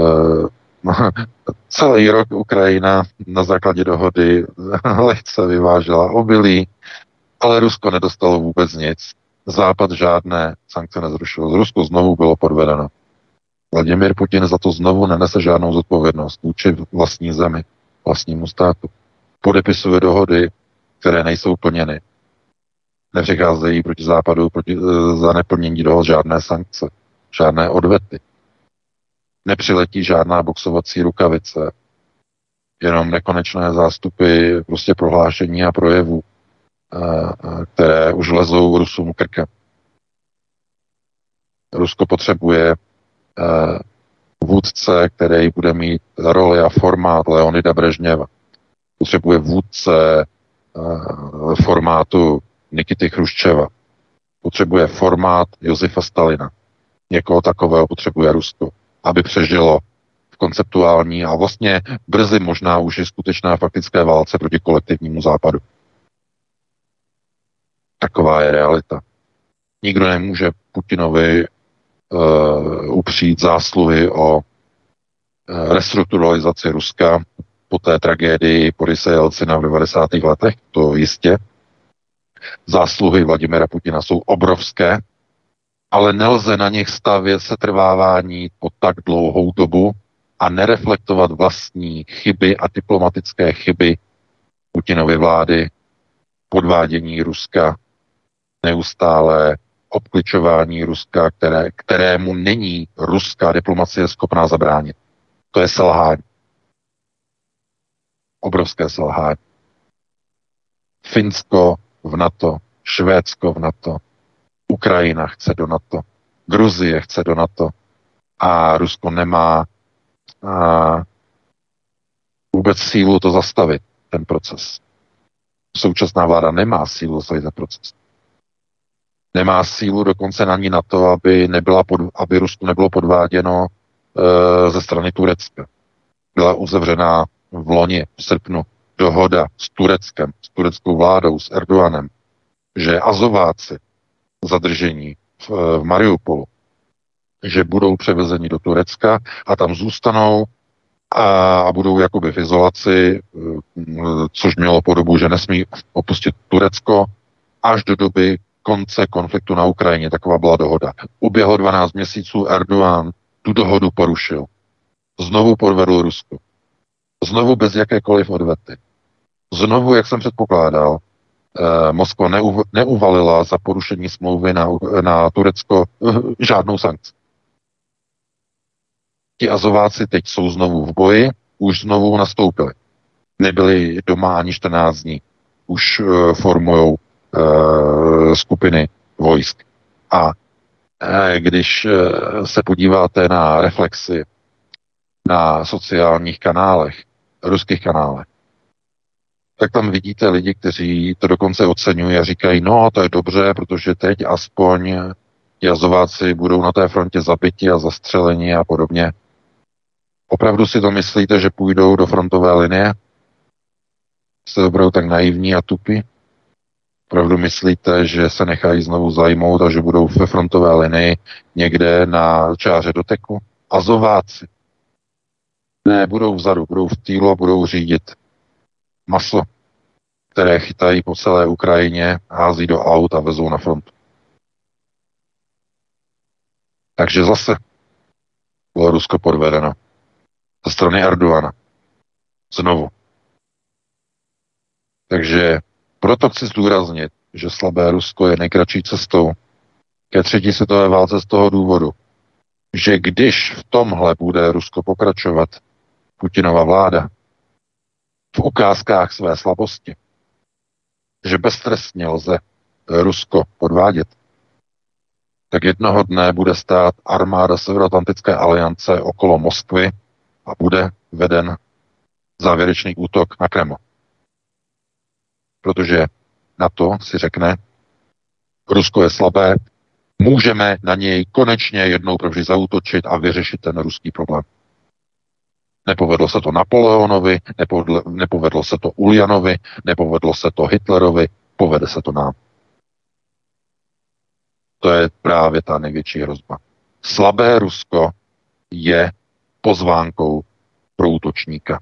Celý rok Ukrajina na základě dohody lehce vyvážela obilí, ale Rusko nedostalo vůbec nic. Západ žádné sankce nezrušil. Rusko znovu bylo podvedeno. Vladimir Putin za to znovu nenese žádnou zodpovědnost vůči vlastní zemi, vlastnímu státu. Podepisuje dohody, které nejsou plněny. Nepřicházejí proti Západu za neplnění dohod žádné sankce, žádné odvety. Nepřiletí žádná boxovací rukavice, jenom nekonečné zástupy prostě prohlášení a projevů, které už lezou Rusům krkem. Rusko potřebuje vůdce, který bude mít roli a formát Leonida Brežněva. Potřebuje vůdce formátu Nikity Chruščeva. Potřebuje formát Josefa Stalina. Někoho takového potřebuje Rusko, aby přežilo v konceptuální a vlastně brzy možná už i skutečná faktické válce proti kolektivnímu západu. Taková je realita. Nikdo nemůže Putinovi upřít zásluhy o restrukturalizaci Ruska po té tragédii Borise Jelcina v 90. letech, to jistě. Zásluhy Vladimira Putina jsou obrovské, ale nelze na nich stavět setrvávání po tak dlouhou dobu a nereflektovat vlastní chyby a diplomatické chyby Putinovy vlády, podvádění Ruska, neustále obkličování Ruska, kterému není ruská diplomacie schopná zabránit. To je selhání. Obrovské selhání. Finsko v NATO, Švédsko v NATO, Ukrajina chce do NATO, Gruzie chce do NATO a Rusko nemá vůbec sílu to zastavit. ten proces. Současná vláda nemá sílu zastavit ten proces. Nemá sílu dokonce ani na to, aby Rusku nebylo podváděno ze strany Turecka. Byla uzavřená v loni, v srpnu, dohoda s Tureckem, s tureckou vládou, s Erdoganem, že Azováci zadržení v Mariupolu, že budou převezeni do Turecka a tam zůstanou a budou jakoby v izolaci, což mělo podobu, že nesmí opustit Turecko až do doby konce konfliktu na Ukrajině. Taková byla dohoda. Uběhlo 12 měsíců, Erdogan tu dohodu porušil. Znovu podvedl Rusko. Znovu bez jakékoliv odvety. Znovu, jak jsem předpokládal, Moskva neuvalila za porušení smlouvy na Turecko žádnou sankci. Ti Azováci teď jsou znovu v boji, už znovu nastoupili. Nebyli doma ani 14 dní. Už formujou skupiny vojsk. A když se podíváte na reflexy na sociálních kanálech, ruských kanálech, tak tam vidíte lidi, kteří to dokonce oceňují a říkají, no to je dobře, protože teď aspoň ti Azováci budou na té frontě zabiti a zastřeleni a podobně. Opravdu si to myslíte, že půjdou do frontové linie? Jste opravdu tak naivní a tupí? Opravdu myslíte, že se nechají znovu zajmout a že budou ve frontové linii někde na čáře doteku? Azováci. Ne, budou vzadu, budou v týlu a budou řídit maso, které chytají po celé Ukrajině, hází do aut a vezou na frontu. Takže zase bylo Rusko podvedeno ze strany Erdogana. Znovu. Takže proto chci zdůraznit, že slabé Rusko je nejkratší cestou ke třetí světové válce z toho důvodu, že když v tomhle bude Rusko pokračovat, Putinova vláda, v ukázkách své slabosti, že beztrestně lze Rusko podvádět, tak jednoho dne bude stát armáda Severoatlantické aliance okolo Moskvy a bude veden závěrečný útok na Kreml. Protože na to si řekne, Rusko je slabé, můžeme na něj konečně jednou provždy zaútočit a vyřešit ten ruský problém. Nepovedlo se to Napoleonovi, nepovedlo se to Uljanovi, nepovedlo se to Hitlerovi, povede se to nám. To je právě ta největší hrozba. Slabé Rusko je pozvánkou pro útočníka.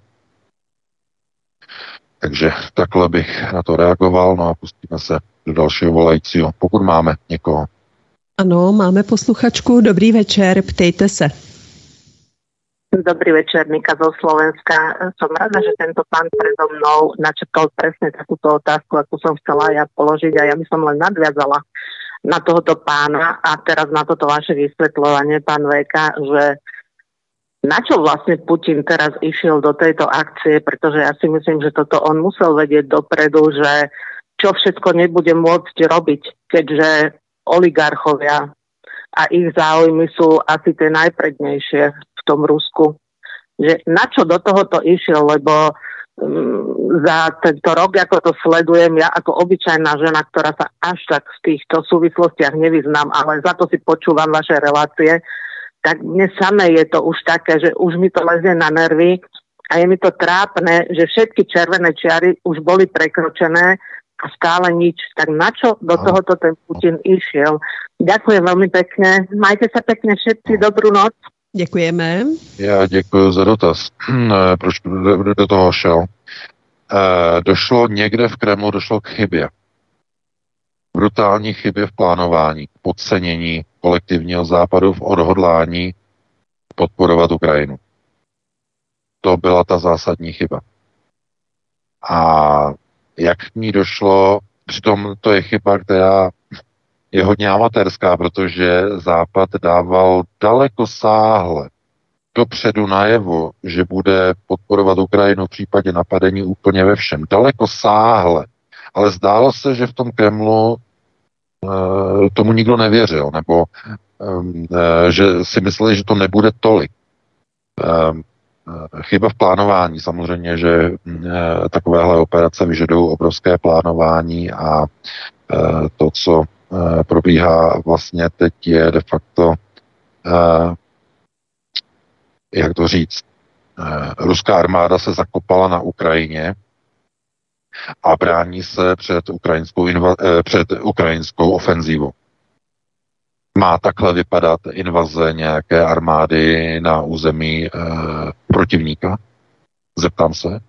Takže takhle bych na to reagoval, no a pustíme se do dalšího volajícího, pokud máme někoho. Ano, máme posluchačku. Dobrý večer, ptejte se. Dobrý večer, Nika zo Slovenska. Som rada, že tento pán predo mnou načrtol presne takúto otázku, akú som chcela ja položiť a ja by som len nadviazala na tohoto pána a teraz na toto vaše vysvetľovanie, pán VK, že na čo vlastne Putin teraz išiel do tejto akcie, pretože ja si myslím, že toto on musel vedieť dopredu, že čo všetko nebude môcť robiť, keďže oligarchovia a ich záujmy sú asi tie najprednejšie v tom Rusku. Že na čo do tohoto išiel, lebo za tento rok, ako to sledujem, ja ako obyčajná žena, ktorá sa až tak v týchto súvislostiach nevyznám, ale za to si počúvam vaše relácie, tak mne samé je to už také, že už mi to lezie na nervy a je mi to trápne, že všetky červené čiary už boli prekročené a stále nič. Tak na čo do tohoto ten Putin išiel? Ďakujem veľmi pekne. Majte sa pekne všetci. Dobrú noc. Děkujeme. Já děkuji za dotaz. Proč do toho šel? Někde v Kremlu došlo k chybě. Brutální chybě v plánování, podcenění kolektivního západu v odhodlání podporovat Ukrajinu. To byla ta zásadní chyba. A jak k ní došlo, přitom to je chyba, která je hodně amatérská, protože Západ dával daleko sáhle dopředu najevo, že bude podporovat Ukrajinu v případě napadení úplně ve všem. Daleko sáhle. Ale zdálo se, že v tom Kremlu tomu nikdo nevěřil, nebo že si mysleli, že to nebude tolik. chyba v plánování. Samozřejmě, že takovéhle operace vyžadují obrovské plánování a to, co probíhá vlastně teď, je de facto, jak to říct, ruská armáda se zakopala na Ukrajině a brání se před ukrajinskou ofenzívou. Má takhle vypadat invaze nějaké armády na území protivníka? Zeptám se.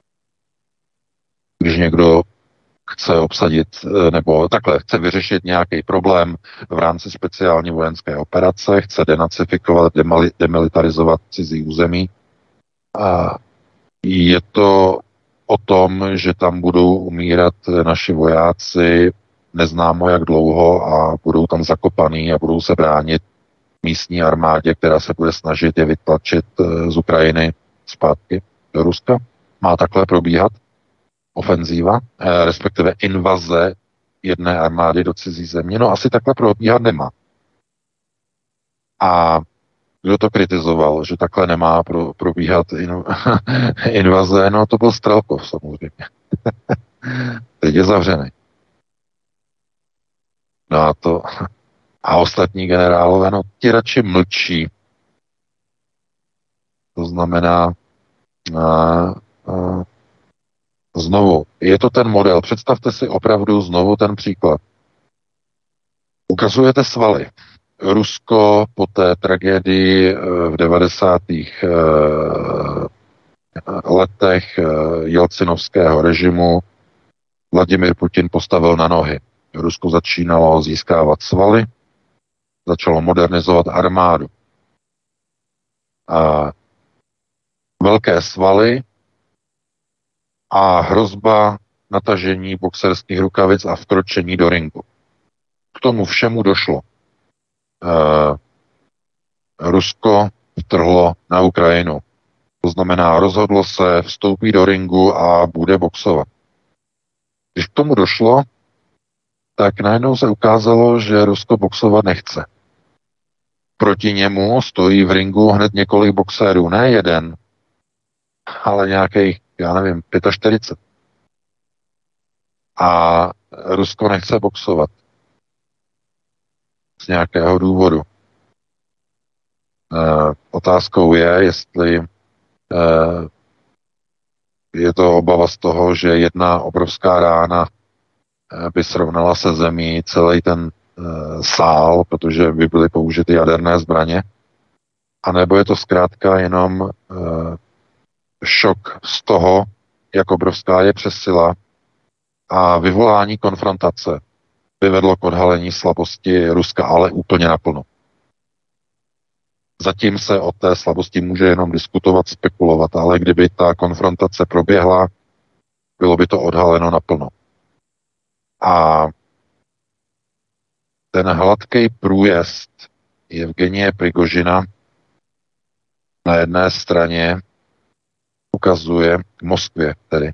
Když někdo chce obsadit, nebo takhle, chce vyřešit nějaký problém v rámci speciální vojenské operace, chce denacifikovat, demilitarizovat cizí území, a je to o tom, že tam budou umírat naši vojáci neznámo jak dlouho a budou tam zakopaný a budou se bránit místní armádě, která se bude snažit je vytlačit z Ukrajiny zpátky do Ruska. Má takhle probíhat ofenzíva, respektive invaze jedné armády do cizí země? No asi takhle probíhat nemá. A kdo to kritizoval, že takhle nemá probíhat invaze? No to byl Strelkov samozřejmě. Teď je zavřený. No a ostatní generálové, no ti radši mlčí. To znamená, znovu, je to ten model. Představte si opravdu znovu ten příklad. Ukazujete svaly. Rusko po té tragédii v 90. letech jelcinovského režimu Vladimir Putin postavil na nohy. Rusko začínalo získávat svaly, začalo modernizovat armádu. A velké svaly a hrozba natažení boxerských rukavic a vkročení do ringu. K tomu všemu došlo. Rusko vtrhlo na Ukrajinu. To znamená, rozhodlo se vstoupit do ringu a bude boxovat. Když k tomu došlo, tak najednou se ukázalo, že Rusko boxovat nechce. Proti němu stojí v ringu hned několik boxérů. Ne jeden, ale nějakých, já nevím, 45. A Rusko nechce boxovat. Z nějakého důvodu. Otázkou je, jestli je to obava z toho, že jedna obrovská rána by srovnala se zemí celý ten sál, protože by byly použity jaderné zbraně, anebo je to zkrátka jenom šok z toho, jak obrovská je přesila a vyvolání konfrontace by vedlo k odhalení slabosti Ruska, ale úplně naplno. Zatím se o té slabosti může jenom diskutovat, spekulovat, ale kdyby ta konfrontace proběhla, bylo by to odhaleno naplno. A ten hladký průjezd Evgenie Prigožina na jedné straně ukazuje k Moskvě tedy,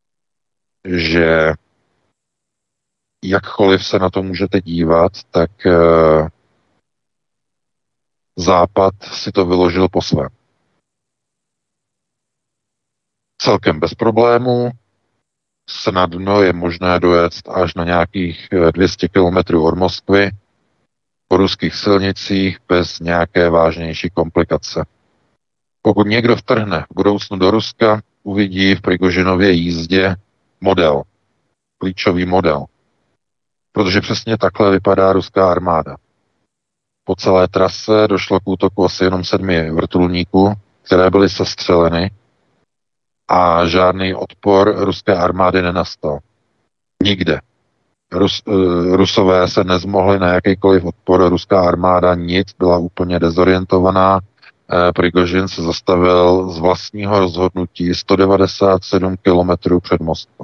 že jakkoliv se na to můžete dívat, tak Západ si to vyložil po svém. Celkem bez problémů, snadno je možné dojet až na nějakých 200 kilometrů od Moskvy po ruských silnicích bez nějaké vážnější komplikace. Pokud někdo vtrhne v budoucnu do Ruska, uvidí v Prigožinově jízdě model, klíčový model. Protože přesně takhle vypadá ruská armáda. Po celé trase došlo k útoku asi jenom 7 vrtulníků, které byly sestřeleny a žádný odpor ruské armády nenastal. Nikde. Rusové se nezmohli na jakýkoliv odpor, ruská armáda nic, byla úplně dezorientovaná. Prigožin se zastavil z vlastního rozhodnutí 197 kilometrů před Moskvou.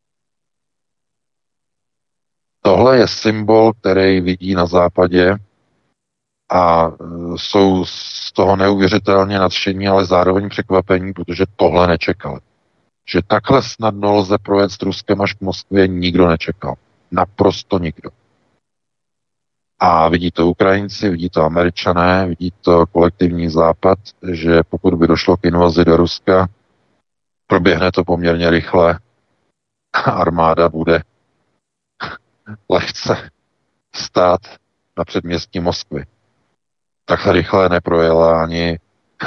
Tohle je symbol, který vidí na západě a jsou z toho neuvěřitelně nadšení, ale zároveň překvapení, protože tohle nečekali. Že takhle snadno lze projet s Ruskem až k Moskvě, nikdo nečekal. Naprosto nikdo. A vidí to Ukrajinci, vidí to Američané, vidí to kolektivní západ, že pokud by došlo k invazi do Ruska, proběhne to poměrně rychle. Armáda bude lehce stát na předměstí Moskvy. Takhle rychle neprojela ani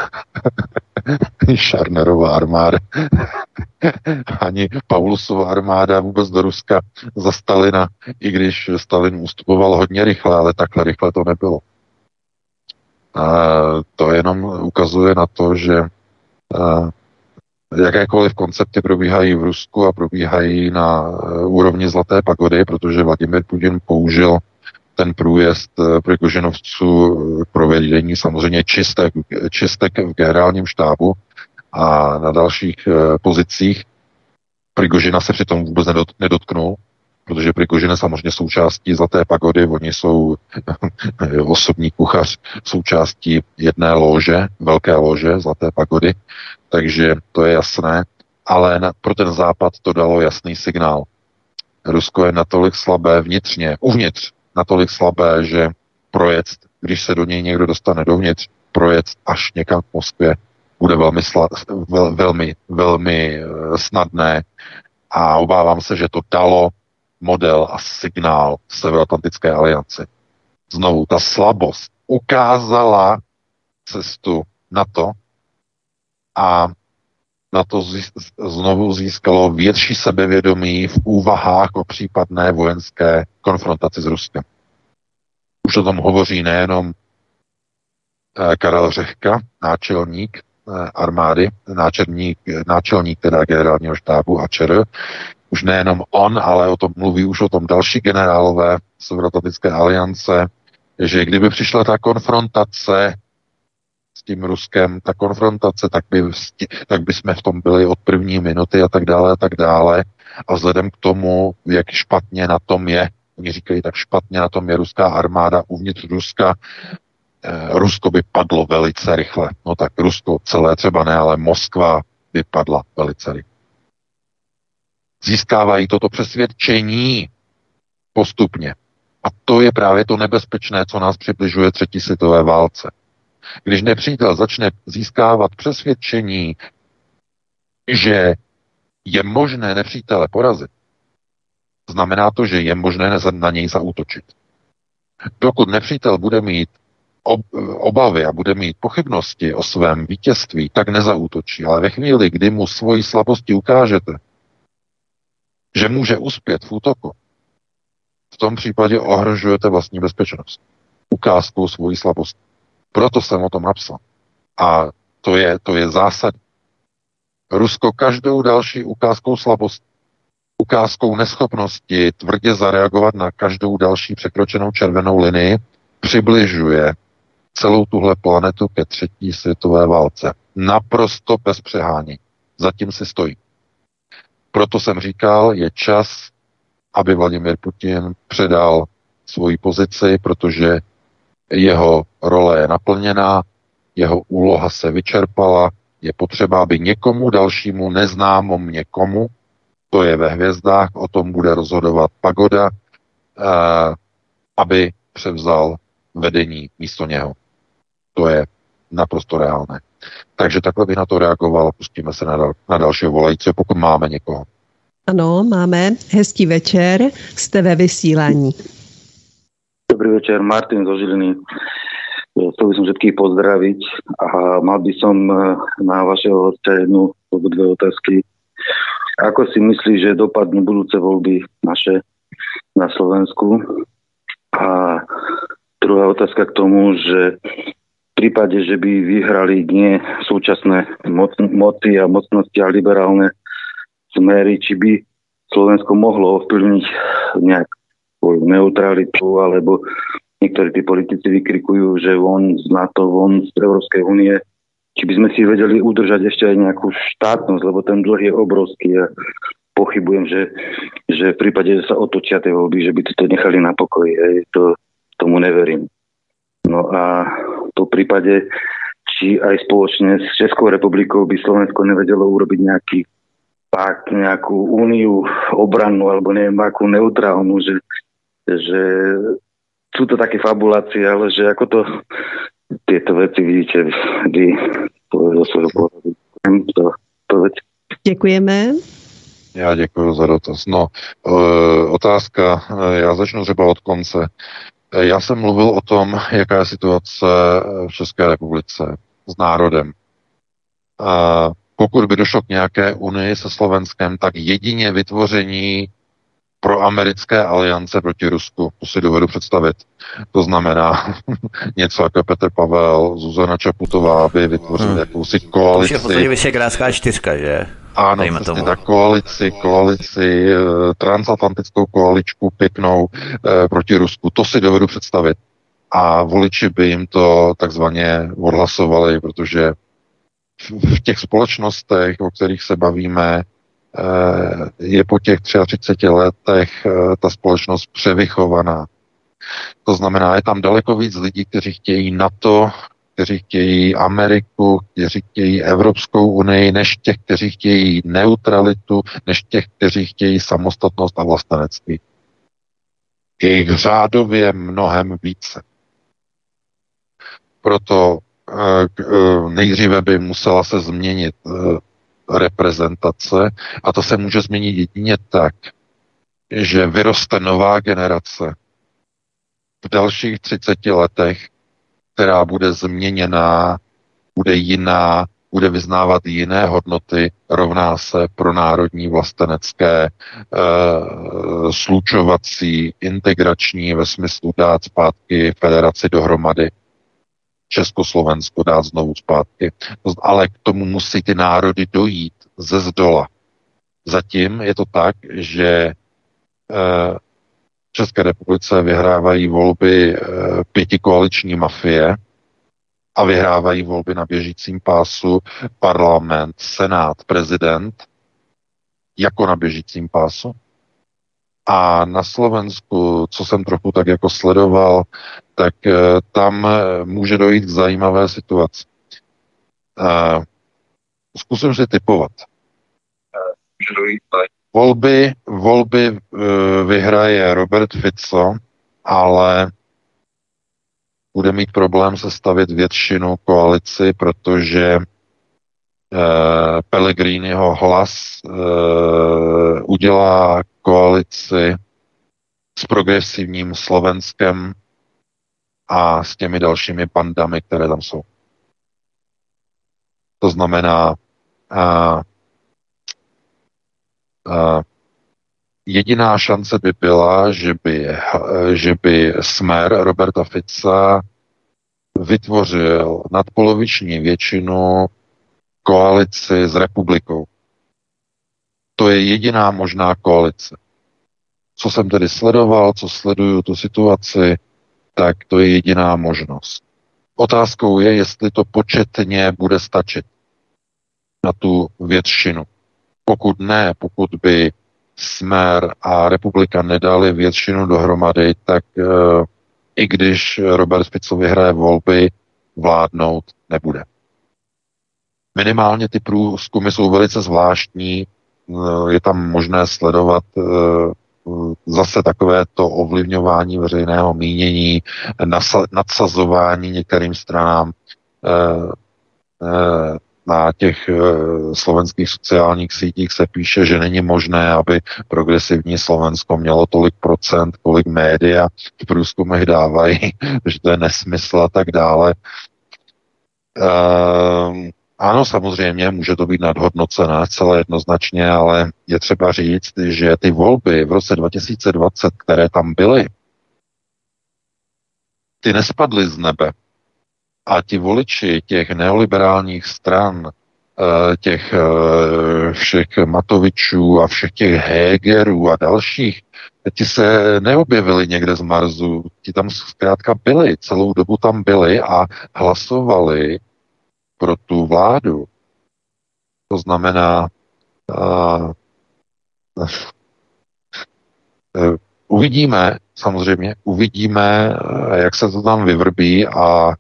Šarnerova armáda, ani Paulusova armáda vůbec do Ruska za Stalina, i když Stalin ustupoval hodně rychle, ale takhle rychle to nebylo. A to jenom ukazuje na to, že jakékoliv koncepty probíhají v Rusku a probíhají na úrovni zlaté pagody, protože Vladimir Putin použil ten průjezd Prigožinovců k provedení samozřejmě čistek v generálním štábu a na dalších pozicích. Prigožina se přitom vůbec nedotknul, protože Prigožin je samozřejmě součástí zlaté pagody, oni jsou osobní kuchař součástí jedné lože, velké lože zlaté pagody, takže to je jasné, ale pro ten západ to dalo jasný signál. Rusko je natolik slabé vnitřně, uvnitř, natolik slabé, že projet, když se do něj někdo dostane dovnitř, projet až někam k Moskvě bude velmi snadné a obávám se, že to dalo model a signál Severoatlantické alianci. Znovu, ta slabost ukázala cestu NATO a NATO znovu získalo větší sebevědomí v úvahách o případné vojenské konfrontaci s Ruskem. Už o tom hovoří nejenom Karel Řehka, náčelník armády, náčelník teda generálního štábu a ČR. Už nejenom on, ale mluví už o tom další generálové Severoatlantické aliance, že kdyby přišla ta konfrontace s tím Ruskem, ta konfrontace, tak by jsme v tom byli od první minuty a tak dále. A vzhledem k tomu, jak špatně na tom je, oni říkají, tak špatně na tom je ruská armáda uvnitř Ruska, Rusko by padlo velice rychle. No tak Rusko celé třeba ne, ale Moskva by padla velice rychle. Získávají toto přesvědčení postupně. A to je právě to nebezpečné, co nás přibližuje třetí světové válce. Když nepřítel začne získávat přesvědčení, že je možné nepřítele porazit, znamená to, že je možné na něj zaútočit. Dokud nepřítel bude mít obavy a bude mít pochybnosti o svém vítězství, tak nezaútočí. Ale ve chvíli, kdy mu svoji slabosti ukážete, že může uspět v útoku, v tom případě ohrožujete vlastní bezpečnost. Ukázkou svojí slabosti. Proto jsem o tom napsal. A to je zásadní. Rusko každou další ukázkou slabosti, ukázkou neschopnosti tvrdě zareagovat na každou další překročenou červenou linii přibližuje celou tuhle planetu ke třetí světové válce. Naprosto bez přehání. Zatím si stojí. Proto jsem říkal, je čas, aby Vladimir Putin předal svoji pozici, protože jeho role je naplněná, jeho úloha se vyčerpala, je potřeba, aby někomu dalšímu, neznámom někomu, to je ve hvězdách, o tom bude rozhodovat Pagoda, aby převzal vedení místo něho. To je naprosto reálné. Takže takhle bych na to reagoval a pustíme se na dalšího volajícího, pokud máme někoho. Ano, máme. Hezký večer, jste ve vysílání. Dobrý večer, Martin zo Žiliny. Chcel by som všetkých pozdraviť a mal by som na vašeho hostia jednu alebo dve otázky. Ako si myslí, že dopadnú budúce voľby naše na Slovensku? A druhá otázka k tomu, že v prípade, že by vyhrali nie súčasné moci a mocnosti a liberálne smery, či by Slovensko mohlo ovplyvniť nejak svoju neutralitu, alebo niektorí tí politici vykrikujú, že von z NATO, von z Európskej únie, či by sme si vedeli udržať ešte aj nejakú štátnosť, lebo ten dlh je obrovský a pochybujem, že v prípade, že sa otočia tie voľby, že by to nechali na pokoji. Tomu neverím. No a v prípade, či aj spoločne s Českou republikou by Slovensko nevedelo urobiť nejaký pakt, nejakú úniu obrannú, alebo neviem, akú neutrálnu, že sú to také fabulácie, ale že ako to tieto veci vidíte vy zo svojho pohľadu. To veci. Děkujeme. Já děkuji za dotaz. No, otázka, já začnu třeba od konce. Já jsem mluvil o tom, jaká je situace v České republice s národem. Pokud by došlo k nějaké unii se Slovenskem, tak jedině vytvoření proamerické aliance proti Rusku. To si dovedu představit. To znamená něco jako Petr Pavel, Zuzana Čaputová, aby vytvořili jakousi koalici. To je v podstatě Visegrádská čtyřka, že? Ano, přesně tak, koalici, transatlantickou koaličku pěknou proti Rusku. To si dovedu představit. A voliči by jim to takzvaně odhlasovali, protože v těch společnostech, o kterých se bavíme, je po těch 33 letech ta společnost převychovaná. To znamená, je tam daleko víc lidí, kteří chtějí NATO, kteří chtějí Ameriku, kteří chtějí Evropskou unii, než těch, kteří chtějí neutralitu, než těch, kteří chtějí samostatnost a vlastenectví. Je jich řádově mnohem více. Proto nejdříve by musela se změnit reprezentace a to se může změnit jedině tak, že vyroste nová generace v dalších 30 letech, která bude změněná, bude jiná, bude vyznávat jiné hodnoty, rovná se pronárodní, vlastenecké, slučovací, integrační ve smyslu dát zpátky federaci dohromady. Československo dát znovu zpátky. Ale k tomu musí ty národy dojít ze zdola. Zatím je to tak, že v České republice vyhrávají volby pětikoaliční mafie a vyhrávají volby na běžícím pásu parlament, senát, prezident jako na běžícím pásu. A na Slovensku, co jsem trochu tak jako sledoval, tak tam může dojít k zajímavé situaci. Zkusím si tipovat. Volby vyhraje Robert Fico, ale bude mít problém sestavit většinu koalici, protože Pellegriniho Hlas udělá koalici s progresivním Slovenskem a s těmi dalšími bandami, které tam jsou. To znamená, jediná šance by byla, že by Smer Roberta Fica vytvořil nadpoloviční většinu koalici s Republikou. To je jediná možná koalice. Co jsem tedy sledoval, co sleduju tu situaci, tak to je jediná možnost. Otázkou je, jestli to početně bude stačit na tu většinu. Pokud ne, pokud by Smer a Republika nedali většinu dohromady, tak i když Robert Fico vyhraje volby, vládnout nebude. Minimálně ty průzkumy jsou velice zvláštní, je tam možné sledovat zase takové to ovlivňování veřejného mínění, nadsazování některým stranám na těch slovenských sociálních sítích se píše, že není možné, aby progresivní Slovensko mělo tolik procent, kolik média v průzkumech dávají, že to je nesmysl a tak dále. Ano, samozřejmě, může to být nadhodnocené celé jednoznačně, ale je třeba říct, že ty volby v roce 2020, které tam byly, ty nespadly z nebe. A ti voliči těch neoliberálních stran, těch všech Matovičů a všech těch Hegerů a dalších, ti se neobjevili někde z Marsu, ti tam zkrátka byli, celou dobu tam byli a hlasovali pro tu vládu. To znamená, uvidíme, samozřejmě, jak se to tam vyvrbí a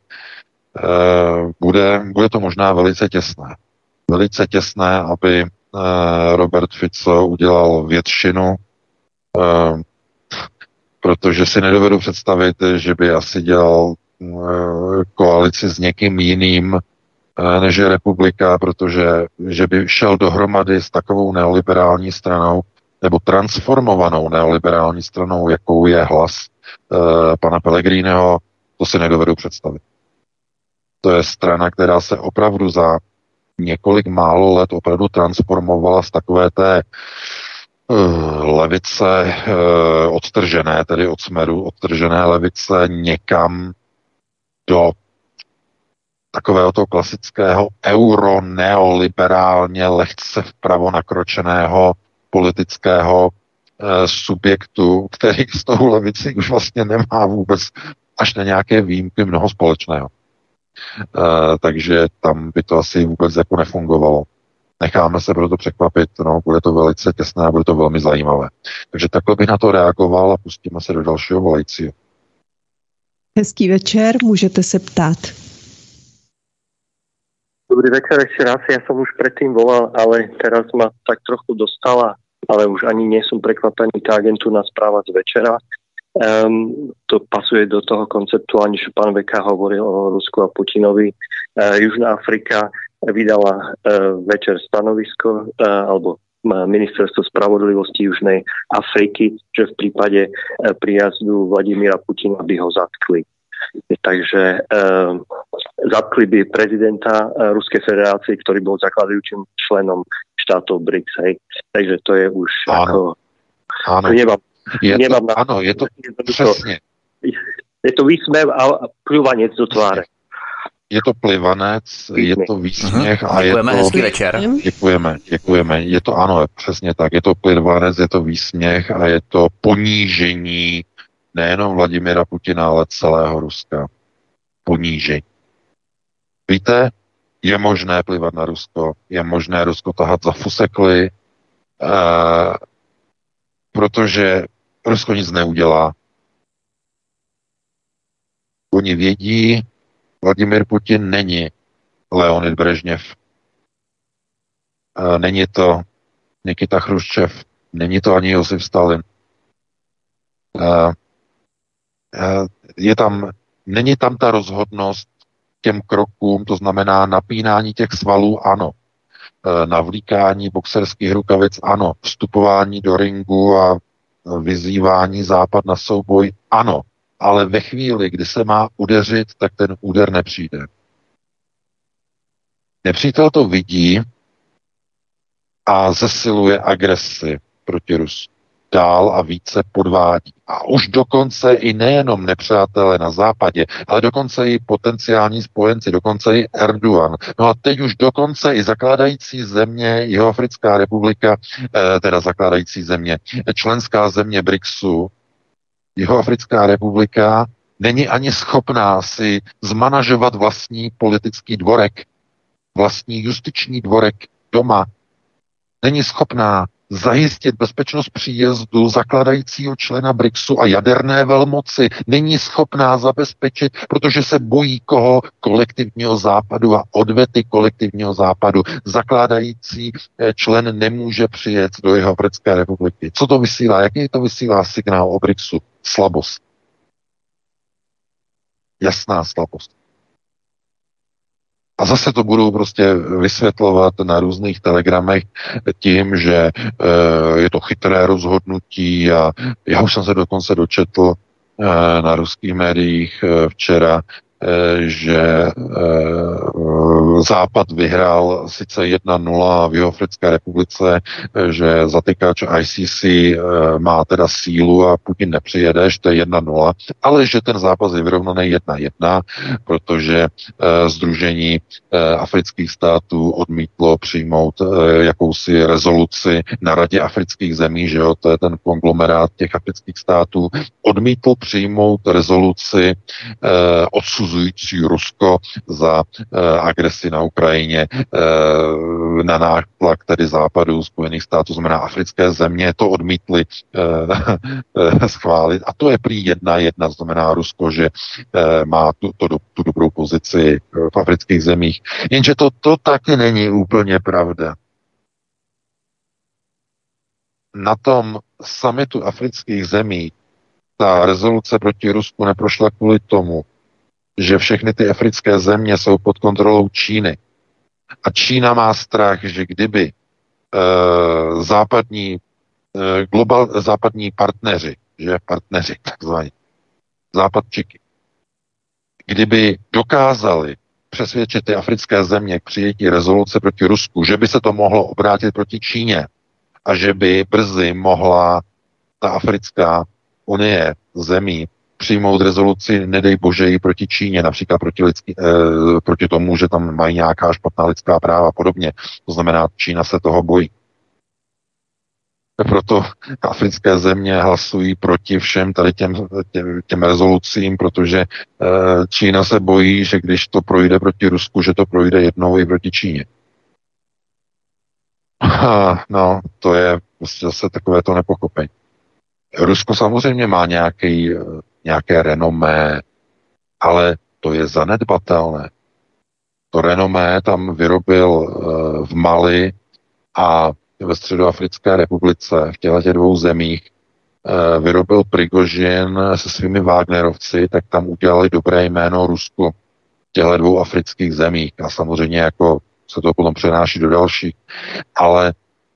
bude to možná velice těsné. Velice těsné, aby Robert Fico udělal většinu. protože si nedovedu představit, že by asi dělal koalici s někým jiným, než je Republika, protože že by šel dohromady s takovou neoliberální stranou nebo transformovanou neoliberální stranou, jakou je Hlas pana Pellegriniho, to si nedovedu představit. To je strana, která se opravdu za několik málo let opravdu transformovala z takové té levice odtržené, tedy od Smeru, odtržené levice někam do takového toho klasického euroneoliberálně lehce vpravo nakročeného politického subjektu, který s tou levicí už vlastně nemá vůbec až na nějaké výjimky mnoho společného. Takže tam by to asi vůbec jako nefungovalo. Necháme se proto překvapit, bude to velice těsné a bude to velmi zajímavé. Takže takhle bych na to reagoval a pustíme se do dalšího volajícího. Hezký večer, můžete se ptát. Dobrý večer ešte raz, ja som už predtým volal, ale teraz ma tak trochu dostala, ale už ani nie som prekvapený, tá agentúrna správa z večera. To pasuje do toho konceptuálne, že pán VK hovoril o Rusku a Putinovi. Južná Afrika vydala večer stanovisko, alebo Ministerstvo spravodlivosti Južnej Afriky, že v prípade príjazdu Vladimíra Putina by ho zatkli. Takže zatkli by prezidenta Ruskej federácie, ktorý bol zakladajúcim členom štátov BRICS. Hej. Takže to je už áno. Áno. Áno, je to přesně. Je to výsměv a pľúvanec do tváře. Je to plivanec, je to výsměch a děkujeme, je to... hezký večer. Děkujeme. Je to ano, přesně tak. Je to plivanec, je to výsměch a je to ponížení nejenom Vladimira Putina, ale celého Ruska. Ponížení. Víte, je možné plivat na Rusko, je možné Rusko tahat za fusekly, protože Rusko nic neudělá. Oni vědí, Vladimir Putin není Leonid Brežněv. Není to Nikita Chruščev. Není to ani Josif Stalin. Není tam ta rozhodnost těm krokům, to znamená napínání těch svalů, ano. Navlíkání boxerských rukavic, ano. Vstupování do ringu a vyzývání Západ na souboj, ano. Ale ve chvíli, kdy se má udeřit, tak ten úder nepřijde. Nepřítel to vidí a zesiluje agresi proti Rusku. Dál a více podvádí. A už dokonce i nejenom nepřátelé na západě, ale dokonce i potenciální spojenci, dokonce i Erdogan. No a teď už dokonce i zakládající země, Jihoafrická republika, teda zakládající země, členská země BRICSu, Jihoafrická republika není ani schopná si zmanažovat vlastní politický dvorek, vlastní justiční dvorek doma. Není schopná zajistit bezpečnost příjezdu zakládajícího člena BRICSu a jaderné velmoci. Není schopná zabezpečit, protože se bojí koho? Kolektivního západu a odvety kolektivního západu. Zakládající člen nemůže přijet do Jihoafrické republiky. Co to vysílá? Jaký to vysílá signál o BRICSu? Slabost. Jasná slabost. A zase to budou prostě vysvětlovat na různých telegramech tím, že je to chytré rozhodnutí a já už jsem se dokonce dočetl na ruských médiích včera, že Západ vyhrál sice 1-0 v Jihoafrické republice, že zatykač ICC má teda sílu a Putin nepřijede, že to je 1-0, ale že ten zápas je vyrovnaný 1-1, protože Sdružení afrických států odmítlo přijmout jakousi rezoluci na Radě afrických zemí, že jo, to je ten konglomerát těch afrických států, odmítl přijmout rezoluci odsuzující Rusko za agresi na Ukrajině, na nátlak tedy západu Spojených států, znamená africké země, to odmítli schválit. A to je prý 1-1, znamená Rusko, že má tu dobrou pozici v afrických zemích. Jenže to taky není úplně pravda. Na tom summitu afrických zemí ta rezoluce proti Rusku neprošla kvůli tomu, že všechny ty africké země jsou pod kontrolou Číny. A Čína má strach, že kdyby západní partneři, takzvaní západčiky, kdyby dokázali přesvědčit ty africké země k přijetí rezoluce proti Rusku, že by se to mohlo obrátit proti Číně a že by brzy mohla ta Africká unie zemí přijmout rezoluci, nedej bože, i proti Číně, například proti tomu, že tam mají nějaká špatná lidská práva a podobně. To znamená, Čína se toho bojí. Proto africké země hlasují proti všem tady těm rezolucím, protože Čína se bojí, že když to projde proti Rusku, že to projde jednou i proti Číně. No, to je prostě zase takové to nepochopení. Rusko samozřejmě má nějaké renomé, ale to je zanedbatelné. To renomé tam vyrobil v Mali a ve Středoafrické republice, v těchto dvou zemích, vyrobil Prigožin se svými Wagnerovci, tak tam udělali dobré jméno Rusku v těchto dvou afrických zemích. A samozřejmě jako se to potom přenáší do dalších. Ale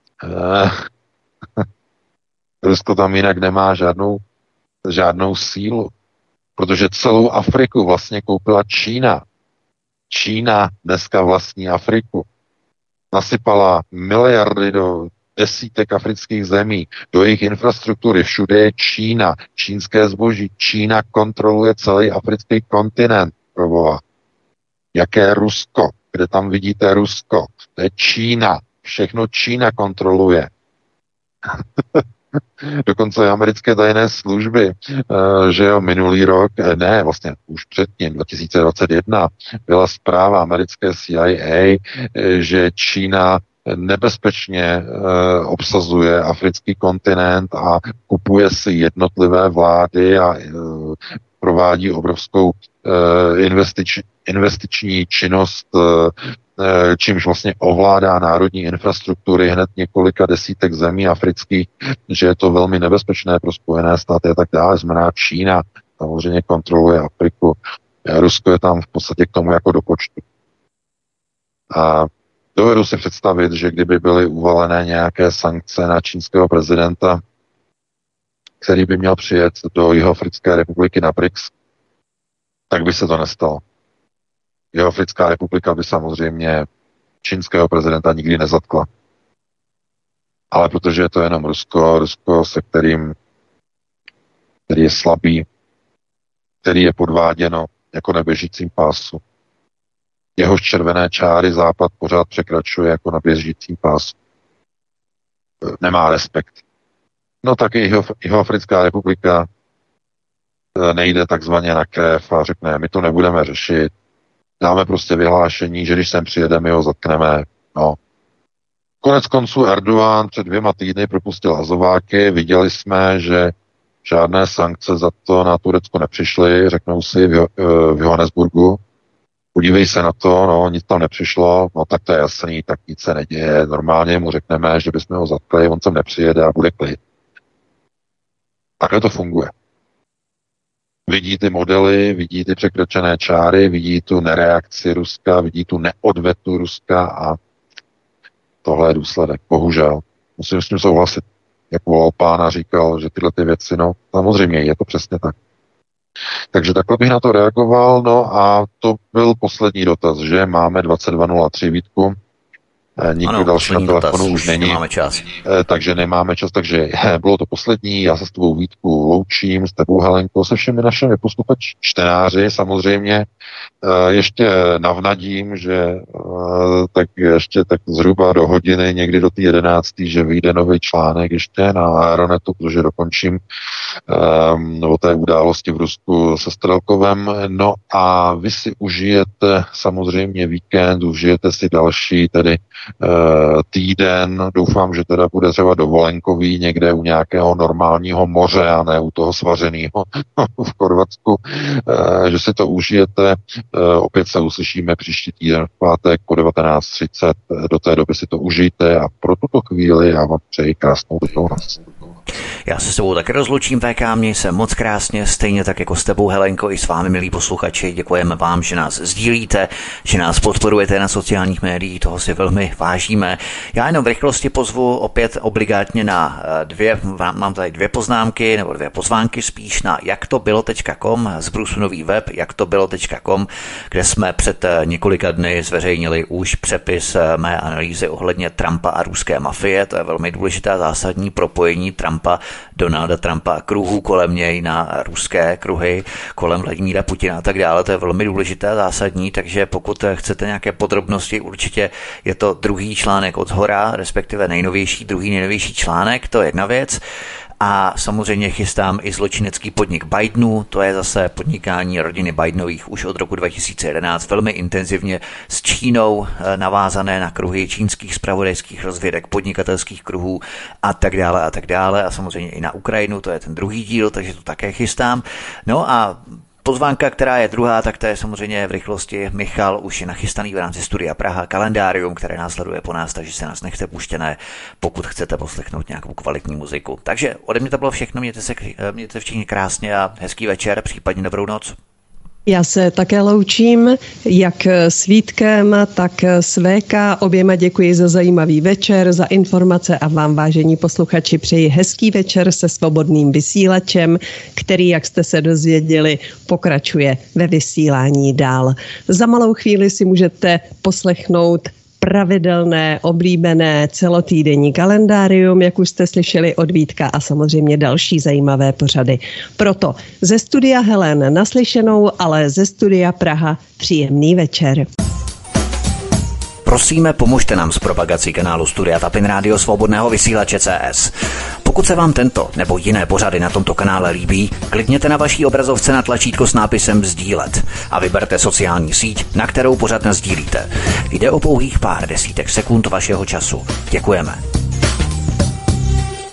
Rusko tam jinak nemá žádnou sílu, protože celou Afriku vlastně koupila Čína. Čína dneska vlastní Afriku. Nasypala miliardy do desítek afrických zemí, do jejich infrastruktury. Všude je Čína, čínské zboží. Čína kontroluje celý africký kontinent. Proboha. Jaké Rusko? Kde tam vidíte Rusko? To je Čína. Všechno Čína kontroluje. Dokonce americké tajné služby, že jo, minulý rok, vlastně už předtím, 2021, byla zpráva americké CIA, že Čína nebezpečně obsazuje africký kontinent a kupuje si jednotlivé vlády a provádí obrovskou investiční činnost, čímž vlastně ovládá národní infrastruktury hned několika desítek zemí afrických, že je to velmi nebezpečné pro Spojené státy a tak dále. Znamená Čína samozřejmě kontroluje Afriku. Rusko je tam v podstatě k tomu jako do počtu. A dovedu si představit, že kdyby byly uvalené nějaké sankce na čínského prezidenta, který by měl přijet do Jihoafrické republiky na BRICS, tak by se to nestalo. Jihoafrická republika by samozřejmě čínského prezidenta nikdy nezatkla. Ale protože je to jenom Rusko, který je slabý, který je podváděno jako na běžícím pásu. Jehož červené čáry Západ pořád překračuje jako na běžícím pásu. Nemá respekt. No tak i Jihoafrická republika nejde takzvaně na krev a řekne, my to nebudeme řešit. Dáme prostě vyhlášení, že když sem přijedeme, ho zatkneme. No. Konec konců Erdogan před 2 týdny propustil Azováky. Viděli jsme, že žádné sankce za to na Turecko nepřišly, řeknou si v Johannesburgu. Podívej se na to, no, nic tam nepřišlo, no tak to je jasný, tak nic se neděje. Normálně mu řekneme, že bychom ho zatkli, on sem nepřijede a bude klid. Takhle to funguje. Vidí ty modely, vidí ty překročené čáry, vidí tu nereakci Ruska, vidí tu neodvetu Ruska a tohle je důsledek. Bohužel. Musím s tím souhlasit. Jak volal pán a říkal, že tyhle ty věci, no samozřejmě je to přesně tak. Takže takhle bych na to reagoval, no a to byl poslední dotaz, že máme 22.03 Vítku. Nikdo další na telefonu už není. Nemáme čas. Takže nemáme čas, takže bylo to poslední. Já se s tebou Vítku loučím, s tebou Helenko, se všemi našimi posluchači, čtenáři samozřejmě. Ještě navnadím, že tak ještě tak zhruba do hodiny, někdy do té 11., že vyjde nový článek ještě na Aeronetu, protože dokončím o té události v Rusku se Strelkovem. No a vy si užijete samozřejmě víkend, užijete si další tedy týden, doufám, že teda bude třeba dovolenkový někde u nějakého normálního moře a ne u toho svařeného v Chorvatsku, že si to užijete. Opět se uslyšíme příští týden v pátek po 19:30. Do té doby si to užijte a pro tuto chvíli já vám přeji krásnou dobu. Já se s tebou taky rozlučím, VK, měj se moc krásně, stejně tak jako s tebou, Helenko, i s vámi, milí posluchači. Děkujeme vám, že nás sdílíte, že nás podporujete na sociálních médiích, toho si velmi vážíme. Já jenom v rychlosti pozvu opět obligátně na mám tady dvě poznámky, nebo dvě pozvánky spíš, na jaktobylo.com, z Brusu nový web, jaktobylo.com, kde jsme před několika dny zveřejnili už přepis mé analýzy ohledně Trumpa a ruské mafie. To je velmi důležité zásadní propojení Donalda Trumpa a kruhů kolem něj na ruské kruhy, kolem Vladimíra Putina a tak dále. To je velmi důležité zásadní, takže pokud chcete nějaké podrobnosti, určitě je to druhý článek od shora, respektive druhý nejnovější článek, to je jedna věc. A samozřejmě chystám i zločinecký podnik Bidenů, to je zase podnikání rodiny Bidenových už od roku 2011, velmi intenzivně s Čínou navázané na kruhy čínských zpravodajských rozvědek, podnikatelských kruhů a tak dále a samozřejmě i na Ukrajinu, to je ten druhý díl, takže to také chystám. No a pozvánka, která je druhá, tak to je samozřejmě v rychlosti. Michal už je nachystaný v rámci Studia Praha, kalendárium, které následuje po nás, takže se nás nechte puštěné, pokud chcete poslechnout nějakou kvalitní muziku. Takže ode mě to bylo všechno, mějte se všichni krásně a hezký večer, případně dobrou noc. Já se také loučím, jak s Vítkem, tak s VK. Oběma děkuji za zajímavý večer, za informace a vám, vážení posluchači, přeji hezký večer se svobodným vysílačem, který, jak jste se dozvěděli, pokračuje ve vysílání dál. Za malou chvíli si můžete poslechnout pravidelné, oblíbené celotýdenní kalendárium, jak už jste slyšeli od Vítka, a samozřejmě další zajímavé pořady. Proto ze studia Helen naslyšenou, ale ze studia Praha příjemný večer. Prosíme, pomožte nám s propagací kanálu Studia Tapin Rádio Svobodného vysílače CS. Pokud se vám tento nebo jiné pořady na tomto kanále líbí, klikněte na vaší obrazovce na tlačítko s nápisem sdílet a vyberte sociální síť, na kterou pořad nasdílíte. Jde o pouhých pár desítek sekund vašeho času. Děkujeme.